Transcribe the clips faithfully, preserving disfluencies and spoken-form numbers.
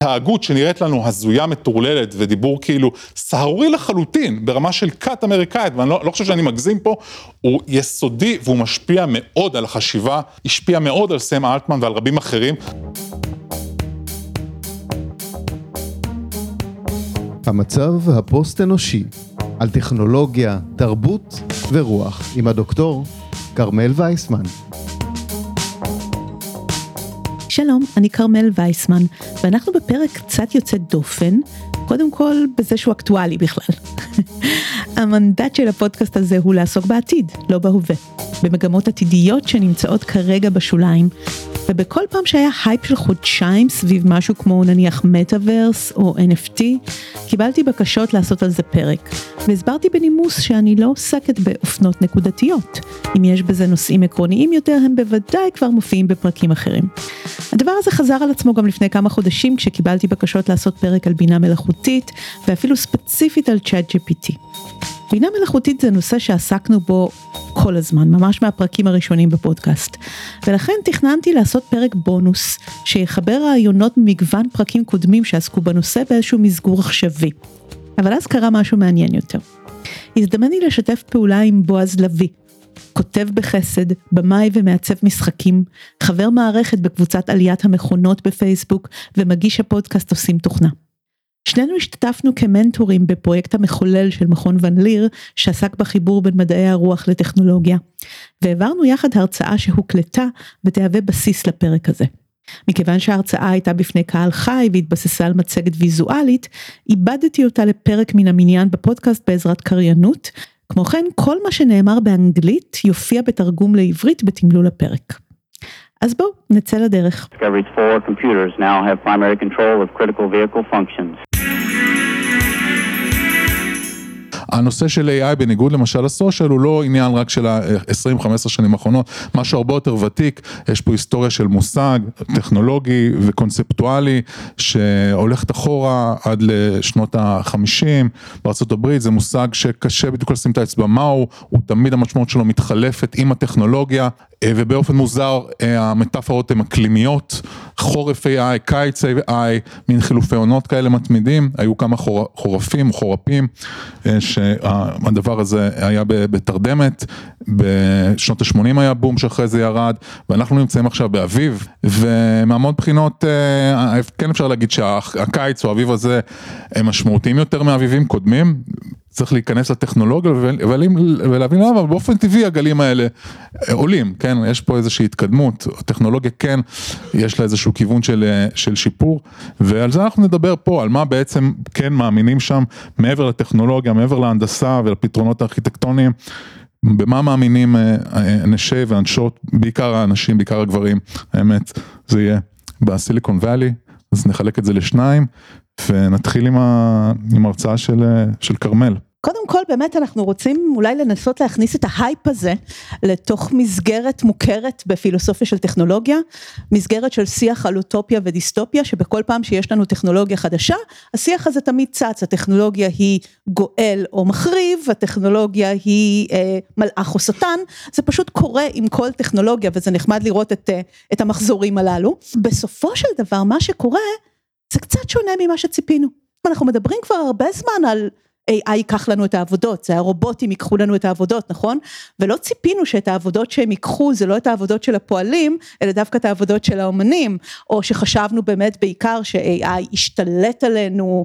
ההגות שנראית לנו הזויה מטורללת ודיבור כאילו סהרורי לחלוטין ברמה של קאט אמריקאית, ואני לא, לא חושב שאני מגזים פה, הוא יסודי והוא משפיע מאוד על החשיבה, השפיע מאוד על סם אלטמן ועל רבים אחרים. המצב הפוסט-אנושי, על טכנולוגיה, תרבות ורוח, עם הדוקטור קרמל וייסמן. שלום, אני קרמל וייסמן, ואנחנו בפרק קצת יוצא דופן, קודם כל בזה שהוא אקטואלי בכלל. המנדט של הפודקאסט הזה הוא לעסוק בעתיד, לא בהווה, במגמות עתידיות שנמצאות כרגע בשוליים, ובכל פעם שהיה הייפ של חודשיים סביב משהו כמו נניח מטאברס או אן אף טי, קיבלתי בקשות לעשות על זה פרק, והסברתי בנימוס שאני לא עוסקת באופנות נקודתיות. אם יש בזה נושאים עקרוניים יותר, הם בוודאי כבר מופיעים בפרקים אחרים. הדבר הזה חזר על עצמו גם לפני כמה חודשים, כשקיבלתי בקשות לעשות פרק על בינה מלאכותית, ואפילו ספציפית על צ'אט ג'י פי טי. בינה מלאכותית זה נושא שעסקנו בו כל הזמן, ממש מהפרקים הראשונים בפודקאסט. ולכן תכננתי לעשות פרק בונוס, שיחבר רעיונות ממגוון פרקים קודמים שעסקו בנושא באיזשהו מסגור עכשווי. אבל אז קרה משהו מעניין יותר. הזדמן לי לשתף פעולה עם בועז לוי, כותב בחסד, במאי ומעצב משחקים, חבר מערכת בקבוצת עליית המכונות בפייסבוק, ומגיש הפודקאסט עושים תוכנה. שנינו השתתפנו כמנטורים בפרויקט המחולל של מכון ון ליר, שעסק בחיבור בין מדעי הרוח לטכנולוגיה, והעברנו יחד הרצאה שהוקלטה ותהווה בסיס לפרק הזה. מכיוון שההרצאה הייתה בפני קהל חי והתבססה על מצגת ויזואלית, איבדתי אותה לפרק מן המניין בפודקאסט בעזרת קריינות, כמו כן כל מה שנאמר באנגלית יופיע בתרגום לעברית בתמלול הפרק. אז בואו, נצא לדרך. Discovery's four computers now have primary control of critical vehicle functions. הנושא של איי איי בניגוד למשל הסושיאל הוא לא עניין רק של ה-עשרים חמש עשרה שנים האחרונות, משהו הרבה יותר ותיק, יש פה היסטוריה של מושג טכנולוגי וקונספטואלי שהולכת אחורה עד לשנות ה-חמישים בארצות הברית, זה מושג שקשה בדיוק לשים את האצבע מהו, הוא תמיד המשמעות שלו מתחלפת עם הטכנולוגיה, ובאופן מוזר המטאפורות הן אקלימיות, חורף איי איי, קיץ איי איי, מין חילופי עונות כאלה מתמידים, היו כמה חורפים, חורפים, שהדבר הזה היה בתרדמת, בשנות ה-שמונים היה בום שאחרי זה ירד, ואנחנו נמצאים עכשיו באביב, ומהמון בחינות, כן אפשר להגיד שהקיץ או האביב הזה, הם משמעותיים יותר מאביבים קודמים, צריך להיכנס לטכנולוגיה ולהבין למה, אבל באופן טבעי הגלים האלה עולים, כן, יש פה איזושהי התקדמות, הטכנולוגיה כן, יש לה איזשהו כיוון של, של שיפור, ועל זה אנחנו נדבר פה, על מה בעצם כן מאמינים שם, מעבר לטכנולוגיה, מעבר להנדסה ולפתרונות הארכיטקטוניים, במה מאמינים אנשי ואנשות, בעיקר האנשים, בעיקר הגברים, האמת, זה יהיה בסיליקון ואלי, אז נחלק את זה לשניים, ונתחיל עם, ה... עם הרצאה של, של קרמל. קודם כל באמת אנחנו רוצים אולי לנסות להכניס את ההייפ הזה לתוך מסגרת מוכרת בפילוסופיה של טכנולוגיה, מסגרת של שיח על אוטופיה ודיסטופיה, שבכל פעם שיש לנו טכנולוגיה חדשה, השיח הזה תמיד צץ, הטכנולוגיה היא גואל או מחריב, הטכנולוגיה היא אה, מלאך או שטן, זה פשוט קורה עם כל טכנולוגיה, וזה נחמד לראות את, אה, את המחזורים הללו. בסופו של דבר מה שקורה, זה קצת שונה ממה שציפינו. אנחנו מדברים כבר הרבה זמן על איי איי ייקח לנו את העבודות, זה הרובוטים ייקחו לנו את העבודות, נכון? ולא ציפינו שאת העבודות שהם ייקחו, זה לא את העבודות של הפועלים, אלא דווקא את העבודות של האומנים, או שחשבנו באמת בעיקר ש-איי איי ישתלט עלינו,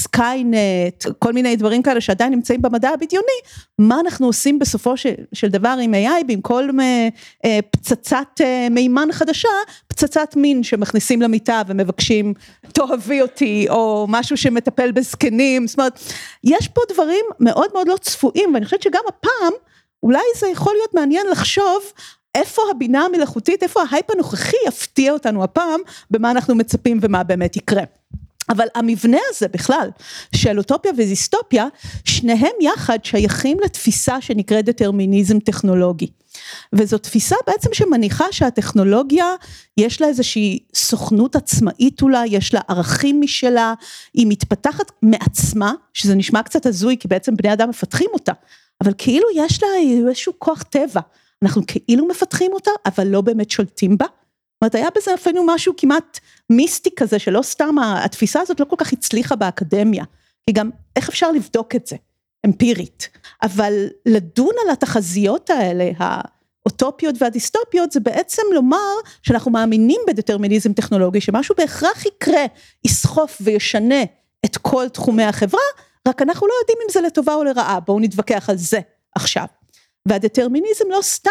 סקיינט, כל מיני דברים כאלה שעדיין נמצאים במדע הבדיוני, מה אנחנו עושים בסופו של, של דבר עם איי איי, במקום אה, פצצת אה, מימן חדשה, פצצת מין שמכניסים למיטה ומבקשים, תאהבי אותי, או משהו שמטפל בזקנים, זאת אומרת, יש פה דברים מאוד מאוד לא צפויים, ואני חושבת שגם הפעם, אולי זה יכול להיות מעניין לחשוב, איפה הבינה המלאכותית, איפה ההייפ הנוכחי יפתיע אותנו הפעם, במה אנחנו מצפים ומה באמת יקרה. אבל המבנה הזה בכלל, של אוטופיה ודיסטופיה, שניהם יחד שייכים לתפיסה שנקראת דטרמיניזם טכנולוגי. וזו תפיסה בעצם שמניחה שהטכנולוגיה, יש לה איזושהי סוכנות עצמאית אולי, יש לה ערכים משלה, היא מתפתחת מעצמה, שזה נשמע קצת הזוי, כי בעצם בני אדם מפתחים אותה, אבל כאילו יש לה איזשהו כוח טבע, אנחנו כאילו מפתחים אותה, אבל לא באמת שולטים בה, אומרת, היה בזה אפילו משהו כמעט מיסטי כזה, שלא סתם התפיסה הזאת לא כל כך הצליחה באקדמיה, כי גם איך אפשר לבדוק את זה, אמפירית, אבל לדון על התחזיות האלה, האוטופיות והדיסטופיות, זה בעצם לומר שאנחנו מאמינים בדטרמיניזם טכנולוגי, שמשהו בהכרח יקרה, יסחוף וישנה את כל תחומי החברה, רק אנחנו לא יודעים אם זה לטובה או לרעה, בואו נתווכח על זה עכשיו. והדטרמיניזם לא סתם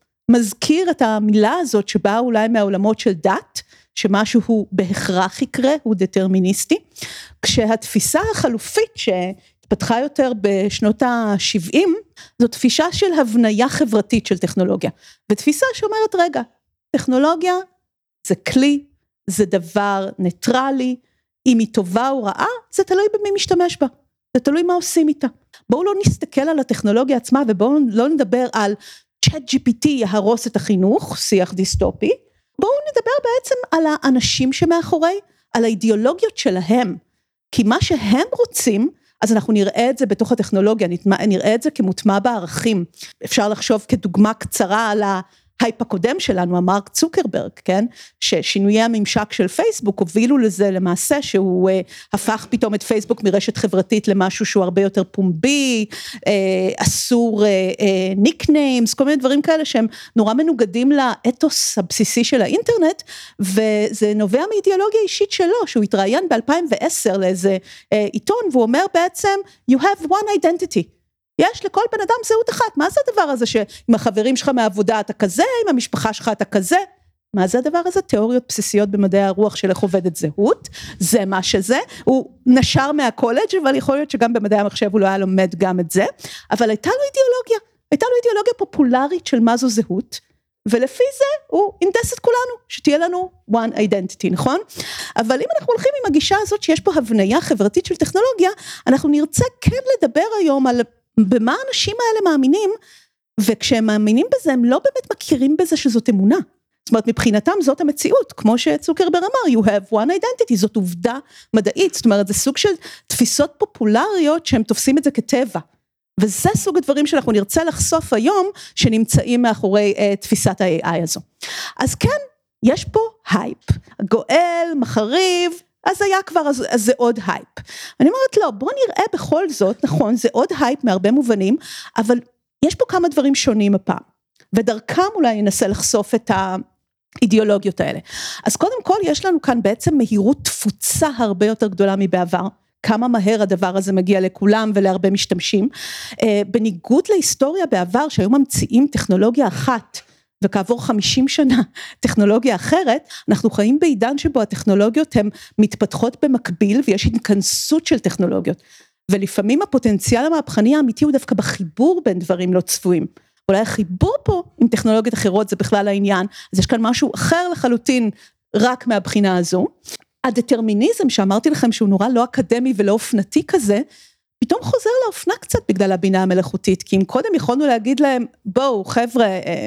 מזכיר את המילה הזאת שבאה אולי מהעולמות של דת, שמשהו הוא בהכרח יקרה, הוא דטרמיניסטי, כשהתפיסה החלופית שהתפתחה יותר בשנות ה-שבעים, זו תפיסה של הבניה חברתית של טכנולוגיה, ותפיסה שאומרת רגע, טכנולוגיה זה כלי, זה דבר ניטרלי, אם היא טובה או רעה, זה תלוי במי משתמש בה, זה תלוי מה עושים איתה. בואו לא נסתכל על הטכנולוגיה עצמה, ובואו לא נדבר על צ'אט ג'י פי טי יהרוס את החינוך, שיח דיסטופי, בואו נדבר בעצם על האנשים שמאחורי, על האידיאולוגיות שלהם, כי מה שהם רוצים, אז אנחנו נראה את זה בתוך הטכנולוגיה, נראה את זה כמוטמע בערכים, אפשר לחשוב כדוגמה קצרה על ההייפ הקודם שלנו, אמר צוקרברג, כן? ששינויי הממשק של פייסבוק הובילו לזה למעשה, שהוא uh, הפך פתאום את פייסבוק מרשת חברתית למשהו שהוא הרבה יותר פומבי, uh, אסור ניקניימס, uh, uh, כל מיני דברים כאלה שהם נורא מנוגדים לאתוס הבסיסי של האינטרנט, וזה נובע מאידיאולוגיה אישית שלו, שהוא התראיין ב-אלפיים ועשר לאיזה uh, עיתון, והוא אומר בעצם, you have one identity, יש לכל בן אדם זהות אחת, מה זה הדבר הזה שעם החברים שלך מהעבודה אתה כזה, עם המשפחה שלך אתה כזה, מה זה הדבר הזה? תיאוריות בסיסיות במדעי הרוח של איך עובדת זהות, זה מה שזה, הוא נשר מהקולג' אבל יכול להיות שגם במדעי המחשב הוא לא היה לומד גם את זה, אבל הייתה לו אידיאולוגיה, הייתה לו אידיאולוגיה פופולרית של מה זו זהות, ולפי זה הוא אינדס את כולנו, שתהיה לנו one identity, נכון? אבל אם אנחנו הולכים עם הגישה הזאת שיש פה הבניה חברתית של טכנולוגיה, אנחנו נרצה כן לדבר היום על במה האנשים האלה מאמינים, וכשהם מאמינים בזה, הם לא באמת מכירים בזה שזאת אמונה. זאת אומרת, מבחינתם זאת המציאות, כמו שצוקרברג אמר, you have one identity, זאת עובדה מדעית, זאת אומרת, זה סוג של תפיסות פופולריות, שהם תופסים את זה כטבע, וזה סוג הדברים שאנחנו נרצה לחשוף היום, שנמצאים מאחורי uh, תפיסת ה-איי איי הזו. אז כן, יש פה הייפ, גואל, מחריב, אז היה כבר, אז, אז זה עוד הייפ. אני אומרת, לא, בוא נראה בכל זאת, נכון, זה עוד הייפ מהרבה מובנים, אבל יש פה כמה דברים שונים הפעם, ודרכם אולי ננסה לחשוף את האידיאולוגיות האלה. אז קודם כל, יש לנו כאן בעצם מהירות תפוצה הרבה יותר גדולה מבעבר, כמה מהר הדבר הזה מגיע לכולם ולהרבה משתמשים, בניגוד להיסטוריה בעבר, שהיום ממציאים טכנולוגיה אחת, וכעבור חמישים שנה טכנולוגיה אחרת, אנחנו חיים בעידן שבו הטכנולוגיות הן מתפתחות במקביל, ויש התכנסות של טכנולוגיות, ולפעמים הפוטנציאל המהפכני האמיתי הוא דווקא בחיבור בין דברים לא צפויים, אולי החיבור פה עם טכנולוגיות אחרות זה בכלל העניין, אז יש כאן משהו אחר לחלוטין רק מהבחינה הזו, הדטרמיניזם שאמרתי לכם שהוא נורא לא אקדמי ולא אופנתי כזה, פתאום חוזר לאופנה קצת בגלל הבינה המלאכותית, כי אם קודם יכולנו להגיד להם, בואו חבר'ה,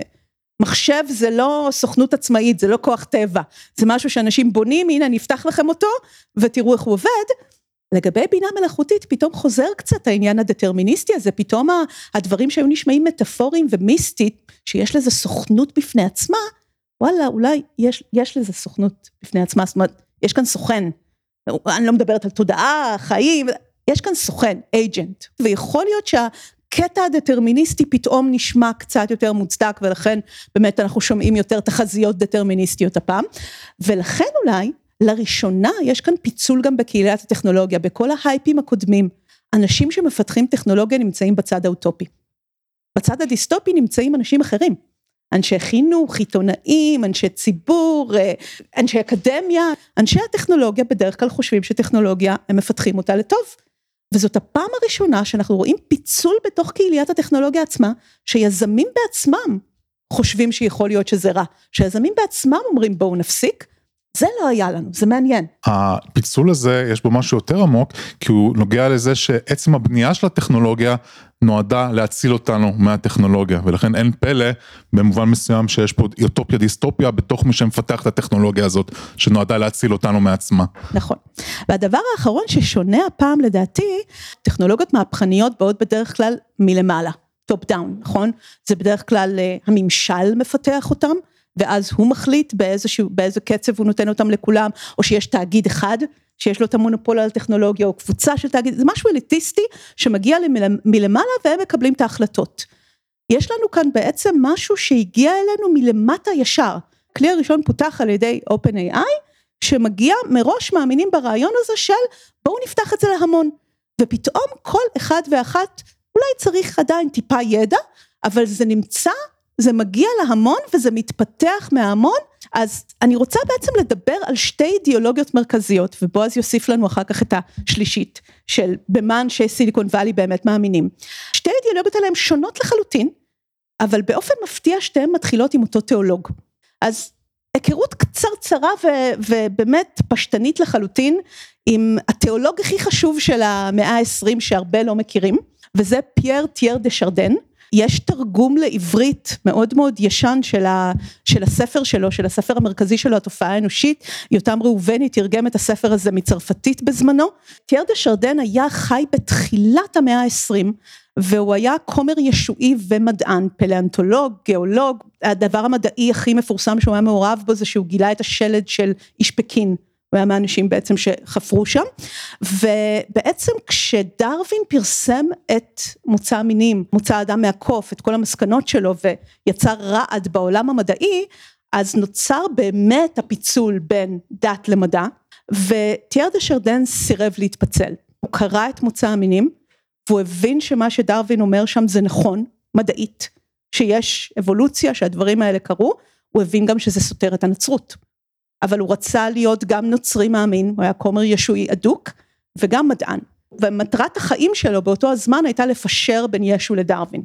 מחשב זה לא סוכנות עצמאית, זה לא כוח טבע, זה משהו שאנשים בונים, הנה אני אפתח לכם אותו, ותראו איך הוא עובד, לגבי בינה מלאכותית, פתאום חוזר קצת העניין הדטרמיניסטי הזה, פתאום הדברים שהיו נשמעים מטאפוריים ומיסטית, שיש לזה סוכנות בפני עצמה, וואלה, אולי יש, יש לזה סוכנות בפני עצמה, זאת אומרת, יש כאן סוכן, אני לא מדברת על תודעה, חיים, יש כאן סוכן, agent, ויכול להיות שהקטע הדטרמיניסטי פתאום נשמע קצת יותר מוצדק, ולכן באמת אנחנו שומעים יותר תחזיות דטרמיניסטיות הפעם, ולכן אולי, לראשונה יש כאן פיצול גם בקהילת הטכנולוגיה, בכל ההייפים הקודמים, אנשים שמפתחים טכנולוגיה נמצאים בצד האוטופי, בצד הדיסטופי נמצאים אנשים אחרים, אנשי חינוך, עיתונאים, אנשי ציבור, אנשי אקדמיה, אנשי הטכנולוגיה בדרך כלל חושבים שטכנולוגיה הם מפתחים אותה לטוב, וזאת הפעם הראשונה שאנחנו רואים פיצול בתוך קהיליית הטכנולוגיה עצמה, שיזמים בעצמם חושבים שיכול להיות שזה רע, שיזמים בעצמם אומרים בואו נפסיק, זה לא היה לנו, זה מעניין. הפיצול הזה יש בו משהו יותר עמוק, כי הוא נוגע לזה שעצם הבנייה של הטכנולוגיה נועדה להציל אותנו מהטכנולוגיה, ולכן אין פלא במובן מסוים שיש פה אוטופיה דיסטופיה בתוך מי שמפתח את הטכנולוגיה הזאת, שנועדה להציל אותנו מעצמה. נכון. והדבר האחרון ששונה הפעם לדעתי, טכנולוגיות מהפכניות באות בדרך כלל מלמעלה, טופ דאון, נכון? זה בדרך כלל הממשל מפתח אותם, ואז הוא מחליט באיזשהו, באיזה קצב הוא נותן אותם לכולם, או שיש תאגיד אחד, שיש לו את המונופול על הטכנולוגיה, או קבוצה של תאגיד, זה משהו אליטיסטי, שמגיע מלמעלה, והם מקבלים את ההחלטות. יש לנו כאן בעצם משהו שהגיע אלינו מלמטה ישר. הכלי הראשון פותח על ידי OpenAI, שמגיע מראש מאמינים ברעיון הזה של, בואו נפתח את זה להמון, ופתאום כל אחד ואחת, אולי צריך עדיין טיפה ידע, אבל זה נמצא, זה מגיע להמון, וזה מתפתח מההמון, אז אני רוצה בעצם לדבר על שתי אידיאולוגיות מרכזיות, ובועז יוסיף לנו אחר כך את השלישית, של במה אנשי סיליקון ואלי באמת מאמינים. שתי אידיאולוגיות האלה הן שונות לחלוטין, אבל באופן מפתיע שתיהן מתחילות עם אותו תיאולוג. אז היכרות קצרצרה ו- ובאמת פשטנית לחלוטין, עם התיאולוג הכי חשוב של המאה ה-עשרים שהרבה לא מכירים, וזה פייר טייר דה שרדן. יש תרגום לעברית מאוד מאוד ישן של, ה, של הספר שלו, של הספר המרכזי שלו, התופעה האנושית. יותם ראובני תרגם את הספר הזה מצרפתית בזמנו. טייר דה שרדן היה חי בתחילת המאה ה-עשרים, והוא היה כומר ישועי ומדען, פלאנטולוג, גיאולוג. הדבר המדעי הכי מפורסם שהוא היה מעורב בו, זה שהוא גילה את השלד של איש פקין, הוא היה מהאנשים בעצם שחפרו שם, ובעצם כשדרווין פרסם את מוצא המינים, מוצא האדם מהקוף, את כל המסקנות שלו, ויצר רעד בעולם המדעי, אז נוצר באמת הפיצול בין דת למדע, וטייר דה שרדן סירב להתפצל. הוא קרא את מוצא המינים, והוא הבין שמה שדרווין אומר שם זה נכון, מדעית, שיש אבולוציה, שהדברים האלה קרו, הוא הבין גם שזה סותר את הנצרות. אבל הוא רצה להיות גם נוצרי מאמין, הוא היה כומר ישועי אדוק, וגם מדען. ומטרת החיים שלו באותו הזמן הייתה לפשר בין ישו לדרווין.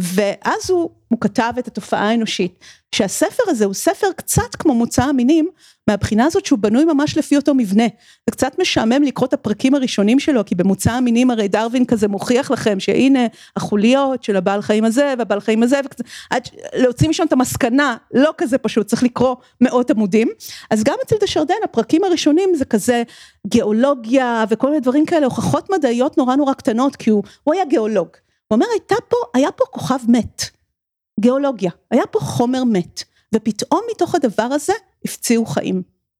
ואז הוא, הוא כתב את התופעה האנושית, שהספר הזה הוא ספר קצת כמו מוצא המינים, מהבחינה הזאת שהוא בנוי ממש לפי אותו מבנה. זה קצת משעמם לקרוא את הפרקים הראשונים שלו, כי במוצא המינים הרי דרווין כזה מוכיח לכם, שהנה החוליות של הבעל חיים הזה, והבעל חיים הזה, וכזה, עד להוציא משם את המסקנה, לא כזה פשוט, צריך לקרוא מאות עמודים. אז גם אצל דה שרדן, הפרקים הראשונים זה כזה גיאולוגיה, וכל מיני דברים כאלה, הוכחות מדעיות נורא נורא קטנות, כי הוא, הוא היה גיאולוג. הוא אומר, הייתה פה, היה פה כוכב מת, גיאולוגיה, היה פה חומר מת, ופתאום מתוך הדבר הזה הפציעו חיים.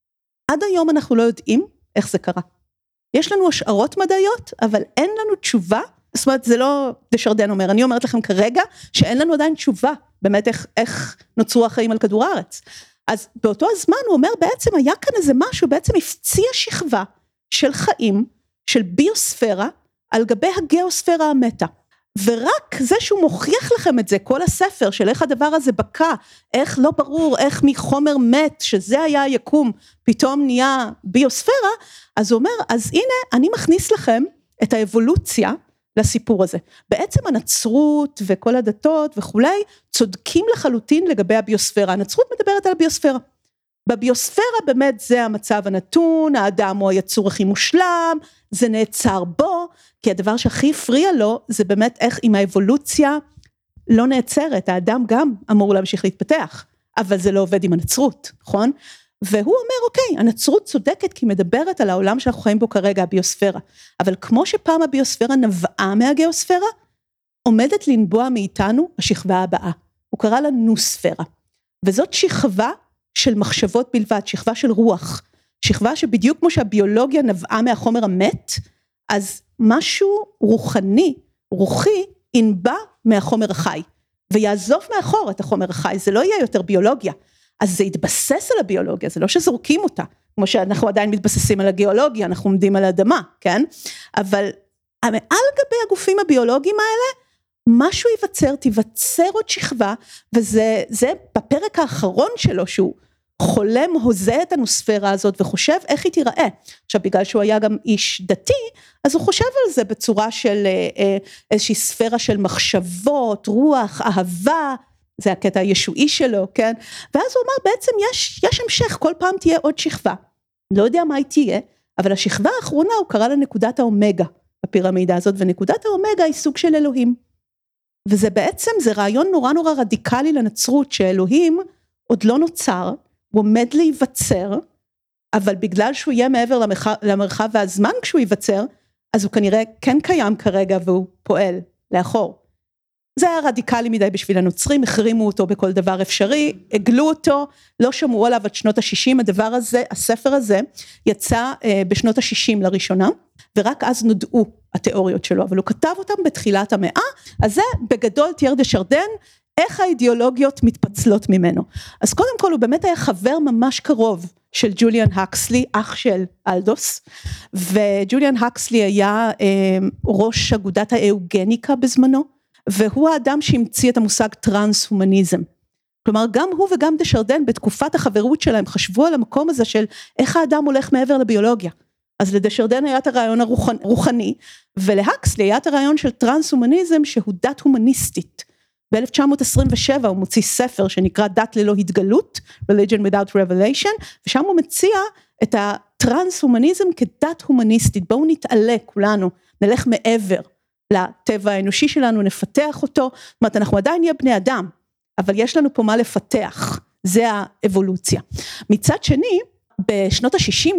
עד היום אנחנו לא יודעים איך זה קרה. יש לנו השערות מדעיות, אבל אין לנו תשובה, זאת אומרת, זה לא דה שרדן אומר, אני אומרת לכם כרגע, שאין לנו עדיין תשובה, באמת איך, איך נוצרו החיים על כדור הארץ. אז באותו הזמן הוא אומר, בעצם היה כאן איזה משהו, בעצם הפציע שכבה של חיים, של ביוספירה, על גבי הגיאוספירה המטה. ורק זה שהוא מוכיח לכם את זה, כל הספר של איך הדבר הזה בקע, איך לא ברור, איך מחומר מת, שזה היה היקום, פתאום נהיה ביוספירה, אז הוא אומר, אז הנה, אני מכניס לכם את האבולוציה לסיפור הזה. בעצם הנצרות וכל הדתות וכולי, צודקים לחלוטין לגבי הביוספירה. הנצרות מדברת על הביוספירה. בביוספירה באמת זה המצב הנתון, האדם הוא היצור הכי מושלם, זה נעצר בו, כי הדבר שהכי הפריע לו, זה באמת איך עם האבולוציה לא נעצרת, האדם גם אמור להמשיך להתפתח, אבל זה לא עובד עם הנצרות, נכון? והוא אומר, אוקיי, הנצרות צודקת, כי מדברת על העולם שאנחנו חיים בו כרגע, הביוספירה, אבל כמו שפעם הביוספירה נבעה מהגיאוספירה, עומדת לנבוע מאיתנו השכבה הבאה, הוא קרא לה נוספירה, וזאת שכבה של מחשבות בלבד, שכבה של רוח, שכבה שבדיוק כמו שהביולוגיה נבעה מהחומר המת, אז משהו רוחני, רוחי, ינבע מהחומר החי, ויעזוב מאחור את החומר החי, זה לא יהיה יותר ביולוגיה, אז זה יתבסס על הביולוגיה, זה לא שזורקים אותה, כמו שאנחנו עדיין מתבססים על הגיאולוגיה, אנחנו עומדים על האדמה, כן? אבל מעל גבי הגופים הביולוגיים האלה, משהו ייווצר, תיווצר עוד שכבה, וזה זה בפרק האחרון שלו, שהוא חולם, הוזה את הנוספירה הזאת, וחושב איך היא תיראה. עכשיו, בגלל שהוא היה גם איש דתי, אז הוא חושב על זה בצורה של אה, איזושהי ספירה של מחשבות, רוח, אהבה, זה הקטע הישועי שלו, כן? ואז הוא אמר, בעצם יש, יש המשך, כל פעם תהיה עוד שכבה. לא יודע מה היא תהיה, אבל השכבה האחרונה הוא קרא לה נקודת האומגה, בפירמידה הזאת, ונקודת האומגה היא סוג של אלוהים. וזה בעצם, זה רעיון נורא נורא רדיקלי לנצרות, שאלוהים עוד לא נוצר, הוא עומד להיווצר, אבל בגלל שהוא יהיה מעבר למרחב, למרחב והזמן כשהוא ייווצר, אז הוא כנראה כן קיים כרגע, והוא פועל לאחור. זה היה רדיקלי מדי בשביל הנוצרים, החרימו אותו בכל דבר אפשרי, הגלו אותו, לא שמעו עליו עד שנות ה-שישים, הדבר הזה, הספר הזה, יצא בשנות ה-שישים לראשונה, ורק אז נודעו התיאוריות שלו, אבל הוא כתב אותם בתחילת המאה, אז זה בגדול תיאר דה שרדן, איך האידיאולוגיות מתפצלות ממנו. אז קודם כל הוא באמת היה חבר ממש קרוב של ג'וליאן הקסלי, אח של אלדוס, וג'וליאן הקסלי היה אה, ראש אגודת האוגניקה בזמנו, והוא האדם שהמציא את המושג טרנס-הומניזם. כלומר, גם הוא וגם דה שרדן בתקופת החברות שלהם חשבו על המקום הזה של איך האדם הולך מעבר לביולוגיה. אז לדה שרדן היה את הרעיון הרוחני, ולהקסלי היה את הרעיון של טרנס-הומניזם שהוא דת הומניסטית. ב-אלף תשע מאות עשרים ושבע הוא מוציא ספר שנקרא דת ללא התגלות, Religion Without Revelation, ושם הוא מציע את הטרנס-הומניזם כדת הומניסטית. בואו נתעלה כולנו, נלך מעבר לטבע האנושי שלנו, נפתח אותו, זאת אומרת אנחנו עדיין נהיה בני אדם, אבל יש לנו פה מה לפתח, זה האבולוציה. מצד שני, בשנות ה-שישים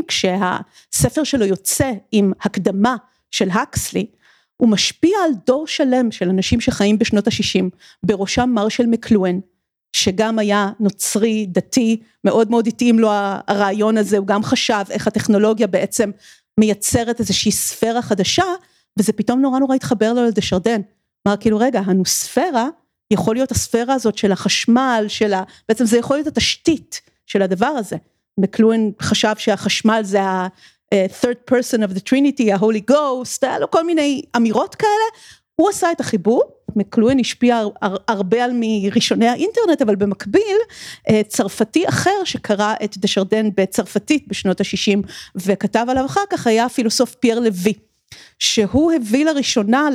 כשהספר שלו יוצא עם הקדמה של הקסלי, הוא משפיע על דור שלם של אנשים שחיים בשנות ה-שישים, בראשם מרשל מקלואן, שגם היה נוצרי, דתי, מאוד מאוד התאים לו הרעיון הזה, הוא גם חשב איך הטכנולוגיה בעצם מייצרת איזושהי ספירה חדשה, וזה פתאום נורא נורא התחבר לו לדה שרדן, אמר כאילו רגע, הנוספירה יכול להיות הספירה הזאת של החשמל, של ה... בעצם זה יכול להיות התשתית של הדבר הזה, מקלואן חשב שהחשמל זה ה... third person of the Trinity, ה-Holy Ghost, היה לו כל מיני אמירות כאלה, הוא עשה את החיבור, מקלואן השפיע הרבה על מראשוני האינטרנט, אבל במקביל, צרפתי אחר שקרא את דה שרדן בצרפתית בשנות ה-שישים, וכתב עליו אחר כך, היה הפילוסוף פייר לוי, שהוא הביא לראשונה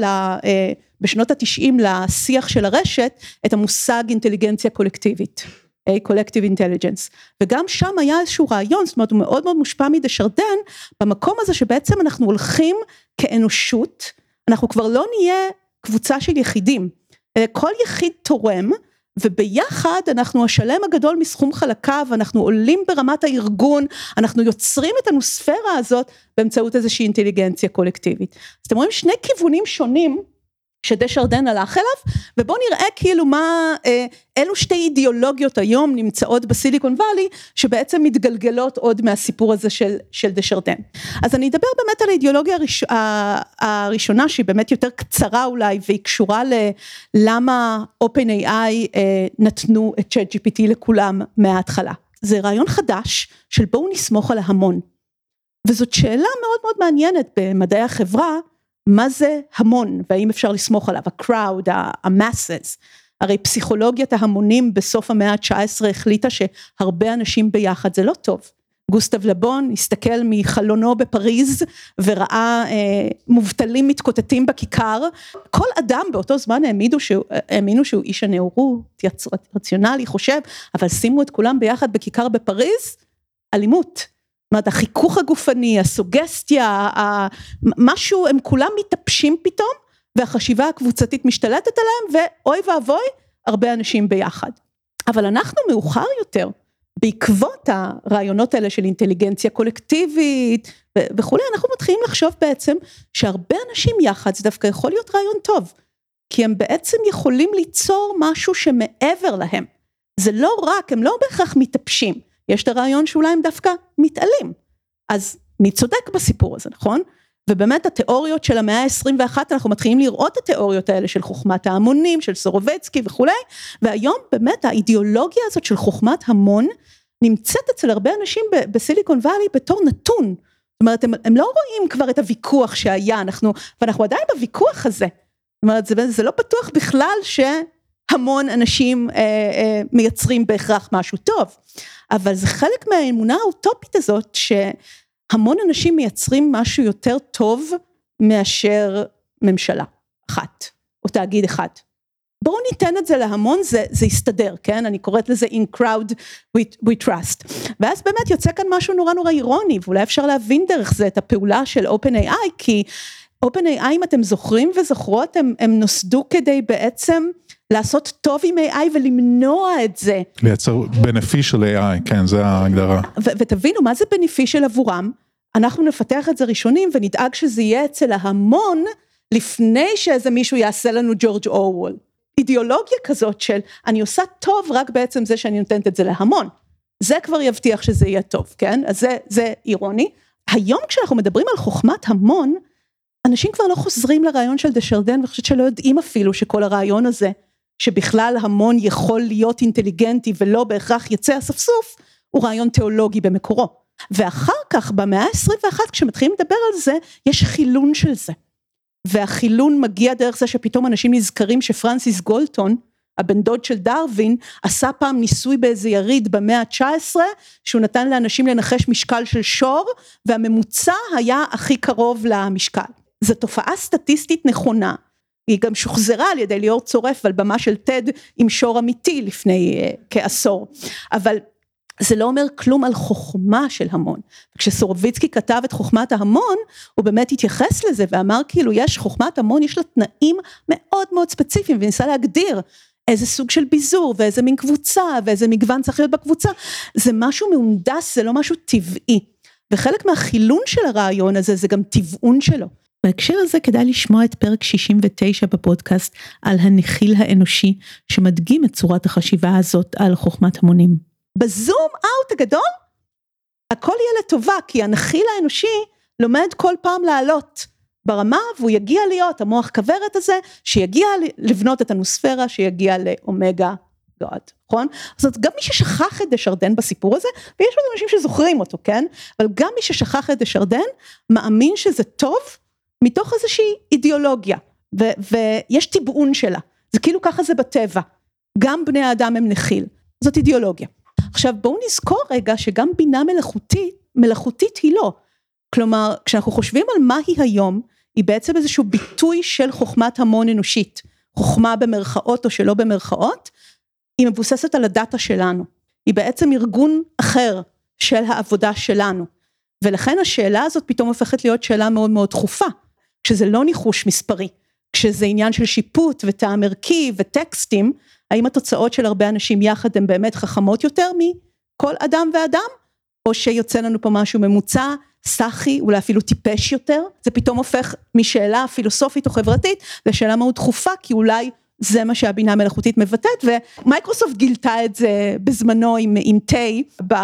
בשנות ה-תשעים לשיח של הרשת, את המושג אינטליגנציה קולקטיבית. collective intelligence, וגם שם היה איזשהו רעיון, זאת אומרת הוא מאוד מאוד מושפע מדה שרדן, במקום הזה שבעצם אנחנו הולכים כאנושות, אנחנו כבר לא נהיה קבוצה של יחידים, כל יחיד תורם, וביחד אנחנו השלם הגדול מסכום חלקיו, אנחנו עולים ברמת הארגון, אנחנו יוצרים את הנוספירה הזאת, באמצעות איזושהי אינטליגנציה קולקטיבית. אז אתם רואים שני כיוונים שונים, שדה שרדן הלך אליו, ובואו נראה כאילו מה, אלו שתי אידיאולוגיות היום נמצאות בסיליקון ואלי, שבעצם מתגלגלות עוד מהסיפור הזה של, של דה שרדן. אז אני אדבר באמת על האידיאולוגיה הראש, הראשונה, שהיא באמת יותר קצרה אולי, והיא קשורה ללמה OpenAI נתנו את צ'אט ג'י פי טי לכולם מההתחלה. זה רעיון חדש של בואו נסמוך על ההמון. וזאת שאלה מאוד מאוד מעניינת במדעי החברה, מה זה המון, והאם אפשר לסמוך עליו, ה-crowd, ה-masses, הרי פסיכולוגיית ההמונים בסוף המאה ה-תשע עשרה החליטה שהרבה אנשים ביחד, זה לא טוב. גוסטב לבון הסתכל מחלונו בפריז, וראה אה, מובטלים מתקוטטים בכיכר, כל אדם באותו זמן האמינו שהוא, האמינו שהוא איש הנאורות, רציונלי, חושב, אבל שימו את כולם ביחד בכיכר בפריז, אלימות. זאת אומרת, החיכוך הגופני, הסוגסטיה, משהו, הם כולם מתאפשים פתאום, והחשיבה הקבוצתית משתלטת עליהם, ואוי ואבוי, הרבה אנשים ביחד. אבל אנחנו מאוחר יותר, בעקבות הרעיונות האלה של אינטליגנציה קולקטיבית, וכולי, אנחנו מתחילים לחשוב בעצם, שהרבה אנשים יחד, זה דווקא יכול להיות רעיון טוב, כי הם בעצם יכולים ליצור משהו שמעבר להם. זה לא רק, הם לא בהכרח מתאפשים, יש את הרעיון שאולי הם דווקא מתעלים, אז מי צודק בסיפור הזה, נכון? ובאמת התיאוריות של המאה ה-עשרים ואחת, אנחנו מתחילים לראות את התיאוריות האלה של חוכמת ההמונים, של סורובצקי וכולי, והיום באמת האידיאולוגיה הזאת של חוכמת המון, נמצאת אצל הרבה אנשים בסיליקון ואלי בתור נתון, זאת אומרת, הם, הם לא רואים כבר את הוויכוח שהיה, אנחנו, ואנחנו עדיין בוויכוח הזה, זאת אומרת, זה, זה לא בטוח בכלל שהמון אנשים אה, אה, מייצרים בהכרח משהו טוב, אבל זה חלק מהאמונה האוטופית הזאת, שהמון אנשים מייצרים משהו יותר טוב, מאשר ממשלה אחת, או תאגיד אחד. בואו ניתן את זה להמון, זה, זה יסתדר, כן? אני קוראת לזה in crowd we, we trust. ואז באמת יוצא כאן משהו נורא נורא אירוני, ואולי אפשר להבין דרך זה את הפעולה של OpenAI, כי OpenAI, אם אתם זוכרים וזוכרות, הם, הם נוסדו כדי בעצם לעשות טוב עם איי איי ולמנוע את זה. לייצר beneficial איי איי, כן, זה ההגדרה. ו- ותבינו, מה זה beneficial עבורם? אנחנו נפתח את זה ראשונים, ונדאג שזה יהיה אצל ההמון, לפני שאיזה מישהו יעשה לנו ג'ורג' אורוול. אידיאולוגיה כזאת של אני עושה טוב רק בעצם זה שאני נותנת את זה להמון, זה כבר יבטיח שזה יהיה טוב, כן? אז זה, זה אירוני. היום כשאנחנו מדברים על חוכמת המון, אנשים כבר לא חוזרים לרעיון של דשרדן, וחושבת שלא יודעים אפילו שכל הרעיון הזה, שבכלל המון יכול להיות אינטליגנטי ולא בהכרח יצא הספסוף, הוא רעיון תיאולוגי במקורו. ואחר כך במאה ה-עשרים ואחת כשמתחילים לדבר על זה, יש חילון של זה. והחילון מגיע דרך זה שפתאום אנשים נזכרים שפרנסיס גולטון, הבן דוד של דרווין, עשה פעם ניסוי באיזה יריד במאה ה-תשע עשרה, שהוא נתן לאנשים לנחש משקל של שור, והממוצע היה הכי קרוב למשקל. זו תופעה סטטיסטית נכונה, היא גם שוחזרה על ידי ליאור צורף, על במה של טד עם שור אמיתי לפני uh, כעשור, אבל זה לא אומר כלום על חוכמה של המון. כשסורביצקי כתב את חוכמת ההמון, הוא באמת התייחס לזה, ואמר כאילו יש חוכמת המון, יש לה תנאים מאוד מאוד ספציפיים, וניסה להגדיר איזה סוג של ביזור, ואיזה מין קבוצה, ואיזה מגוון צריך להיות בקבוצה, זה משהו מהונדס, זה לא משהו טבעי, וחלק מהחילון של הרעיון הזה, זה גם טבעון שלו. בהקשר הזה כדאי לשמוע את פרק שישים ותשע בפודקאסט, על הנחיל האנושי, שמדגים את צורת החשיבה הזאת על חוכמת המונים. בזום אאוט הגדול, הכל יהיה לטובה, כי הנחיל האנושי לומד כל פעם לעלות ברמה, והוא יגיע להיות המוח כברת הזה, שיגיע לבנות את הנוספירה, שיגיע לאומגה גוד, נכון? זאת גם מי ששכח את דשרדן בסיפור הזה, ויש עוד אנשים שזוכרים אותו, כן? אבל גם מי ששכח את דשרדן, מאמין שזה טוב, מתוך איזושהי אידיאולוגיה, ו- ויש טיבעון שלה, זה כאילו ככה זה בטבע, גם בני האדם הם נחיל, זאת אידיאולוגיה. עכשיו בואו נזכור רגע שגם בינה מלאכותית, מלאכותית היא לא, כלומר כשאנחנו חושבים על מה היא היום, היא בעצם איזשהו ביטוי של חוכמת המון אנושית, חוכמה במרכאות או שלא במרכאות, היא מבוססת על הדאטה שלנו, היא בעצם ארגון אחר של העבודה שלנו, ולכן השאלה הזאת פתאום הופכת להיות שאלה מאוד מאוד דחופה, כשזה לא ניחוש מספרי, כשזה עניין של שיפוט וטעם ערכי וטקסטים, האם התוצאות של הרבה אנשים יחד הן באמת חכמות יותר מכל אדם ואדם, או שיוצא לנו פה משהו ממוצע, סחי, אולי אפילו טיפש יותר, זה פתאום הופך משאלה פילוסופית או חברתית, לשאלה מאוד דחופה, כי אולי זה מה שהבינה המלאכותית מבטאת, ומייקרוסופט גילתה את זה בזמנו עם, עם טיי,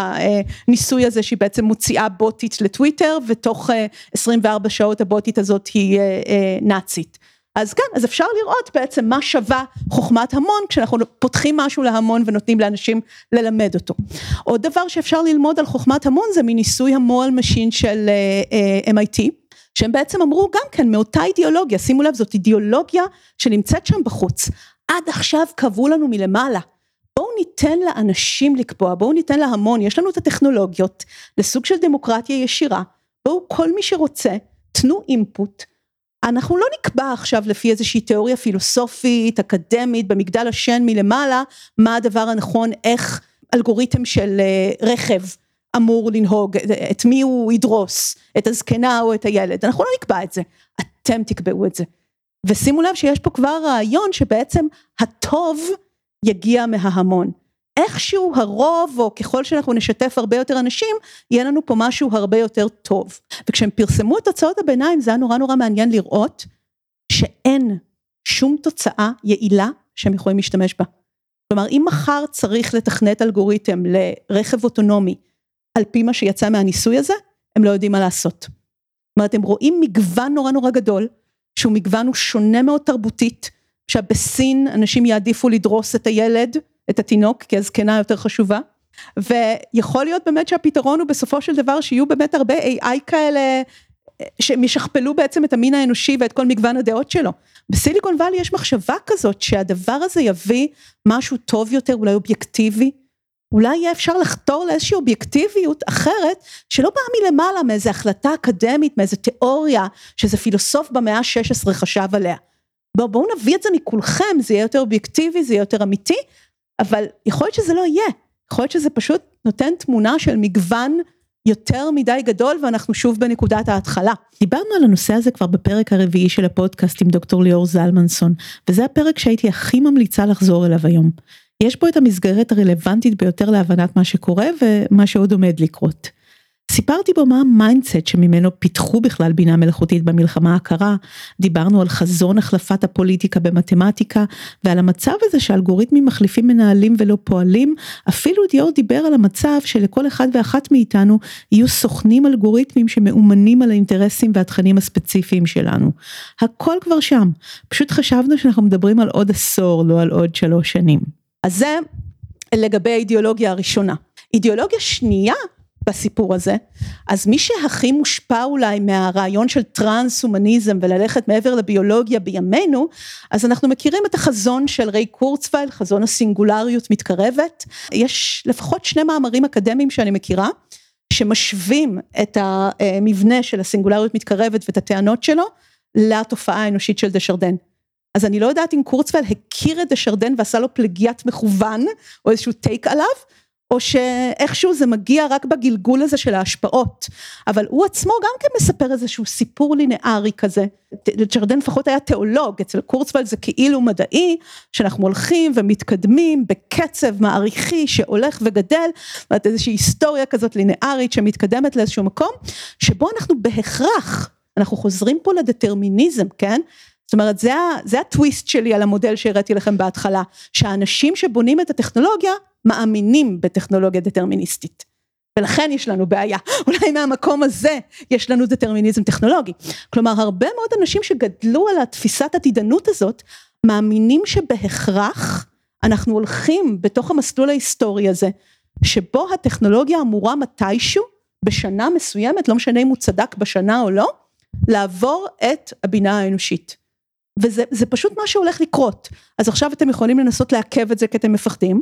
בניסוי הזה שהיא בעצם מוציאה בוטית לטוויטר, ותוך עשרים וארבע שעות הבוטית הזאת היא נאצית. אז כן, אז אפשר לראות בעצם מה שווה חוכמת המון, כשאנחנו פותחים משהו להמון ונותנים לאנשים ללמד אותו. עוד דבר שאפשר ללמוד על חוכמת המון, זה מניסוי המועל משין של אם איי טי, שהם בעצם אמרו גם כן מאותה אידיאולוגיה, שימו לב, זאת אידיאולוגיה שנמצאת שם בחוץ, עד עכשיו קבעו לנו מלמעלה, בואו ניתן לאנשים לקבוע, בואו ניתן להמון, יש לנו את הטכנולוגיות, לסוג של דמוקרטיה ישירה, בואו כל מי שרוצה, תנו אינפוט, אנחנו לא נקבע עכשיו לפי איזושהי תיאוריה פילוסופית, אקדמית, במגדל השן מלמעלה, מה הדבר הנכון, איך אלגוריתם של רכב אמור לנהוג, את מי הוא ידרוס, את הזקנה או את הילד, אנחנו לא נקבע את זה, אתם תקבעו את זה, ושימו לב שיש פה כבר רעיון שבעצם הטוב יגיע מההמון, איכשהו הרוב, או ככל שאנחנו נשתף הרבה יותר אנשים, יהיה לנו פה משהו הרבה יותר טוב. וכשהם פרסמו את תוצאות הביניים, זה היה נורא נורא מעניין לראות, שאין שום תוצאה יעילה, שהם יכולים להשתמש בה. כלומר, אם מחר צריך לתכנת אלגוריתם, לרכב אוטונומי, על פי מה שיצא מהניסוי הזה, הם לא יודעים מה לעשות. זאת אומרת, הם רואים מגוון נורא נורא גדול, שהוא מגוון הוא שונה מאוד תרבותית, שבסין אנשים יעדיפו לדרוס את הילד, את התינוק, כי הזקנה יותר חשובה, ויכול להיות באמת שהפתרון הוא בסופו של דבר, שיהיו באמת הרבה איי איי כאלה, שמשכפלו בעצם את המין האנושי, ואת כל מגוון הדעות שלו. בסיליקון ואלי יש מחשבה כזאת, שהדבר הזה יביא משהו טוב יותר, אולי אובייקטיבי, אולי יהיה אפשר לחתור לאיזושהי אובייקטיביות אחרת, שלא באה מלמעלה, מאיזו החלטה אקדמית, מאיזו תיאוריה, שזה פילוסוף במאה ה-שש עשרה חשב עליה. בואו בוא נביא את זה מכולכם, זה יהיה יותר אובייקטיבי, זה יהיה יותר אמיתי, אבל יכול להיות שזה לא יהיה, יכול להיות שזה פשוט נותן תמונה של מגוון יותר מדי גדול, ואנחנו שוב בנקודת ההתחלה. דיברנו על הנושא הזה כבר בפרק הרביעי של הפודקאסט עם דוקטור ליאור זלמנסון, וזה הפרק שהייתי הכי ממליצה לחזור אליו היום. יש בו את המסגרת הרלוונטית ביותר להבנת מה שקורה, ומה שעוד עומד לקרות. סיפרתי בו מה המיינדסט שממנו פיתחו בכלל בינה מלאכותית במלחמה הקרה, דיברנו על חזון החלפת הפוליטיקה במתמטיקה, ועל המצב הזה שאלגוריתמים מחליפים מנהלים ולא פועלים, אפילו דיור דיבר על המצב שלכל אחד ואחת מאיתנו יהיו סוכנים אלגוריתמים שמאומנים על האינטרסים והתכנים הספציפיים שלנו. הכל כבר שם, פשוט חשבנו שאנחנו מדברים על עוד עשור, לא על עוד שלוש שנים. אז זה לגבי האידיאולוגיה הראשונה. אידיאולוגיה שנייה, בסיפור הזה, אז מי שהכי מושפע אולי מהרעיון של טרנס-הומניזם וללכת מעבר לביולוגיה בימינו, אז אנחנו מכירים את החזון של ריי קורצווייל, חזון הסינגולריות מתקרבת, יש לפחות שני מאמרים אקדמיים שאני מכירה, שמשווים את המבנה של הסינגולריות מתקרבת ואת הטענות שלו, לתופעה האנושית של דשרדן. אז אני לא יודעת אם קורצווייל הכיר את דשרדן ועשה לו פלגיית מכוון, או איזשהו טייק עליו, או שאיכשהו זה מגיע רק בגלגול הזה של ההשפעות, אבל הוא עצמו גם כן מספר איזשהו סיפור לינארי כזה, דשרדן לפחות היה תיאולוג, אצל קורצווייל זה כאילו מדעי, שאנחנו הולכים ומתקדמים בקצב מעריכי שהולך וגדל, ואת איזושהי היסטוריה כזאת לינארית שמתקדמת לאיזשהו מקום, שבו אנחנו בהכרח, אנחנו חוזרים פה לדטרמיניזם, כן? זאת אומרת, זה, זה הטוויסט שלי על המודל שהראיתי לכם בהתחלה, שהאנשים שבונים את הטכנולוגיה, מאמינים בטכנולוגיה דטרמיניסטית, ולכן יש לנו בעיה, אולי מהמקום הזה יש לנו דטרמיניזם טכנולוגי, כלומר הרבה מאוד אנשים שגדלו על התפיסת עתידנות הזאת, מאמינים שבהכרח אנחנו הולכים בתוך המסלול ההיסטורי הזה, שבו הטכנולוגיה אמורה מתישהו, בשנה מסוימת, לא משנה אם הוא צדק בשנה או לא, לעבור את הבינה האנושית, וזה זה פשוט מה שהולך לקרות, אז עכשיו אתם יכולים לנסות לעכב את זה כי אתם מפחדים,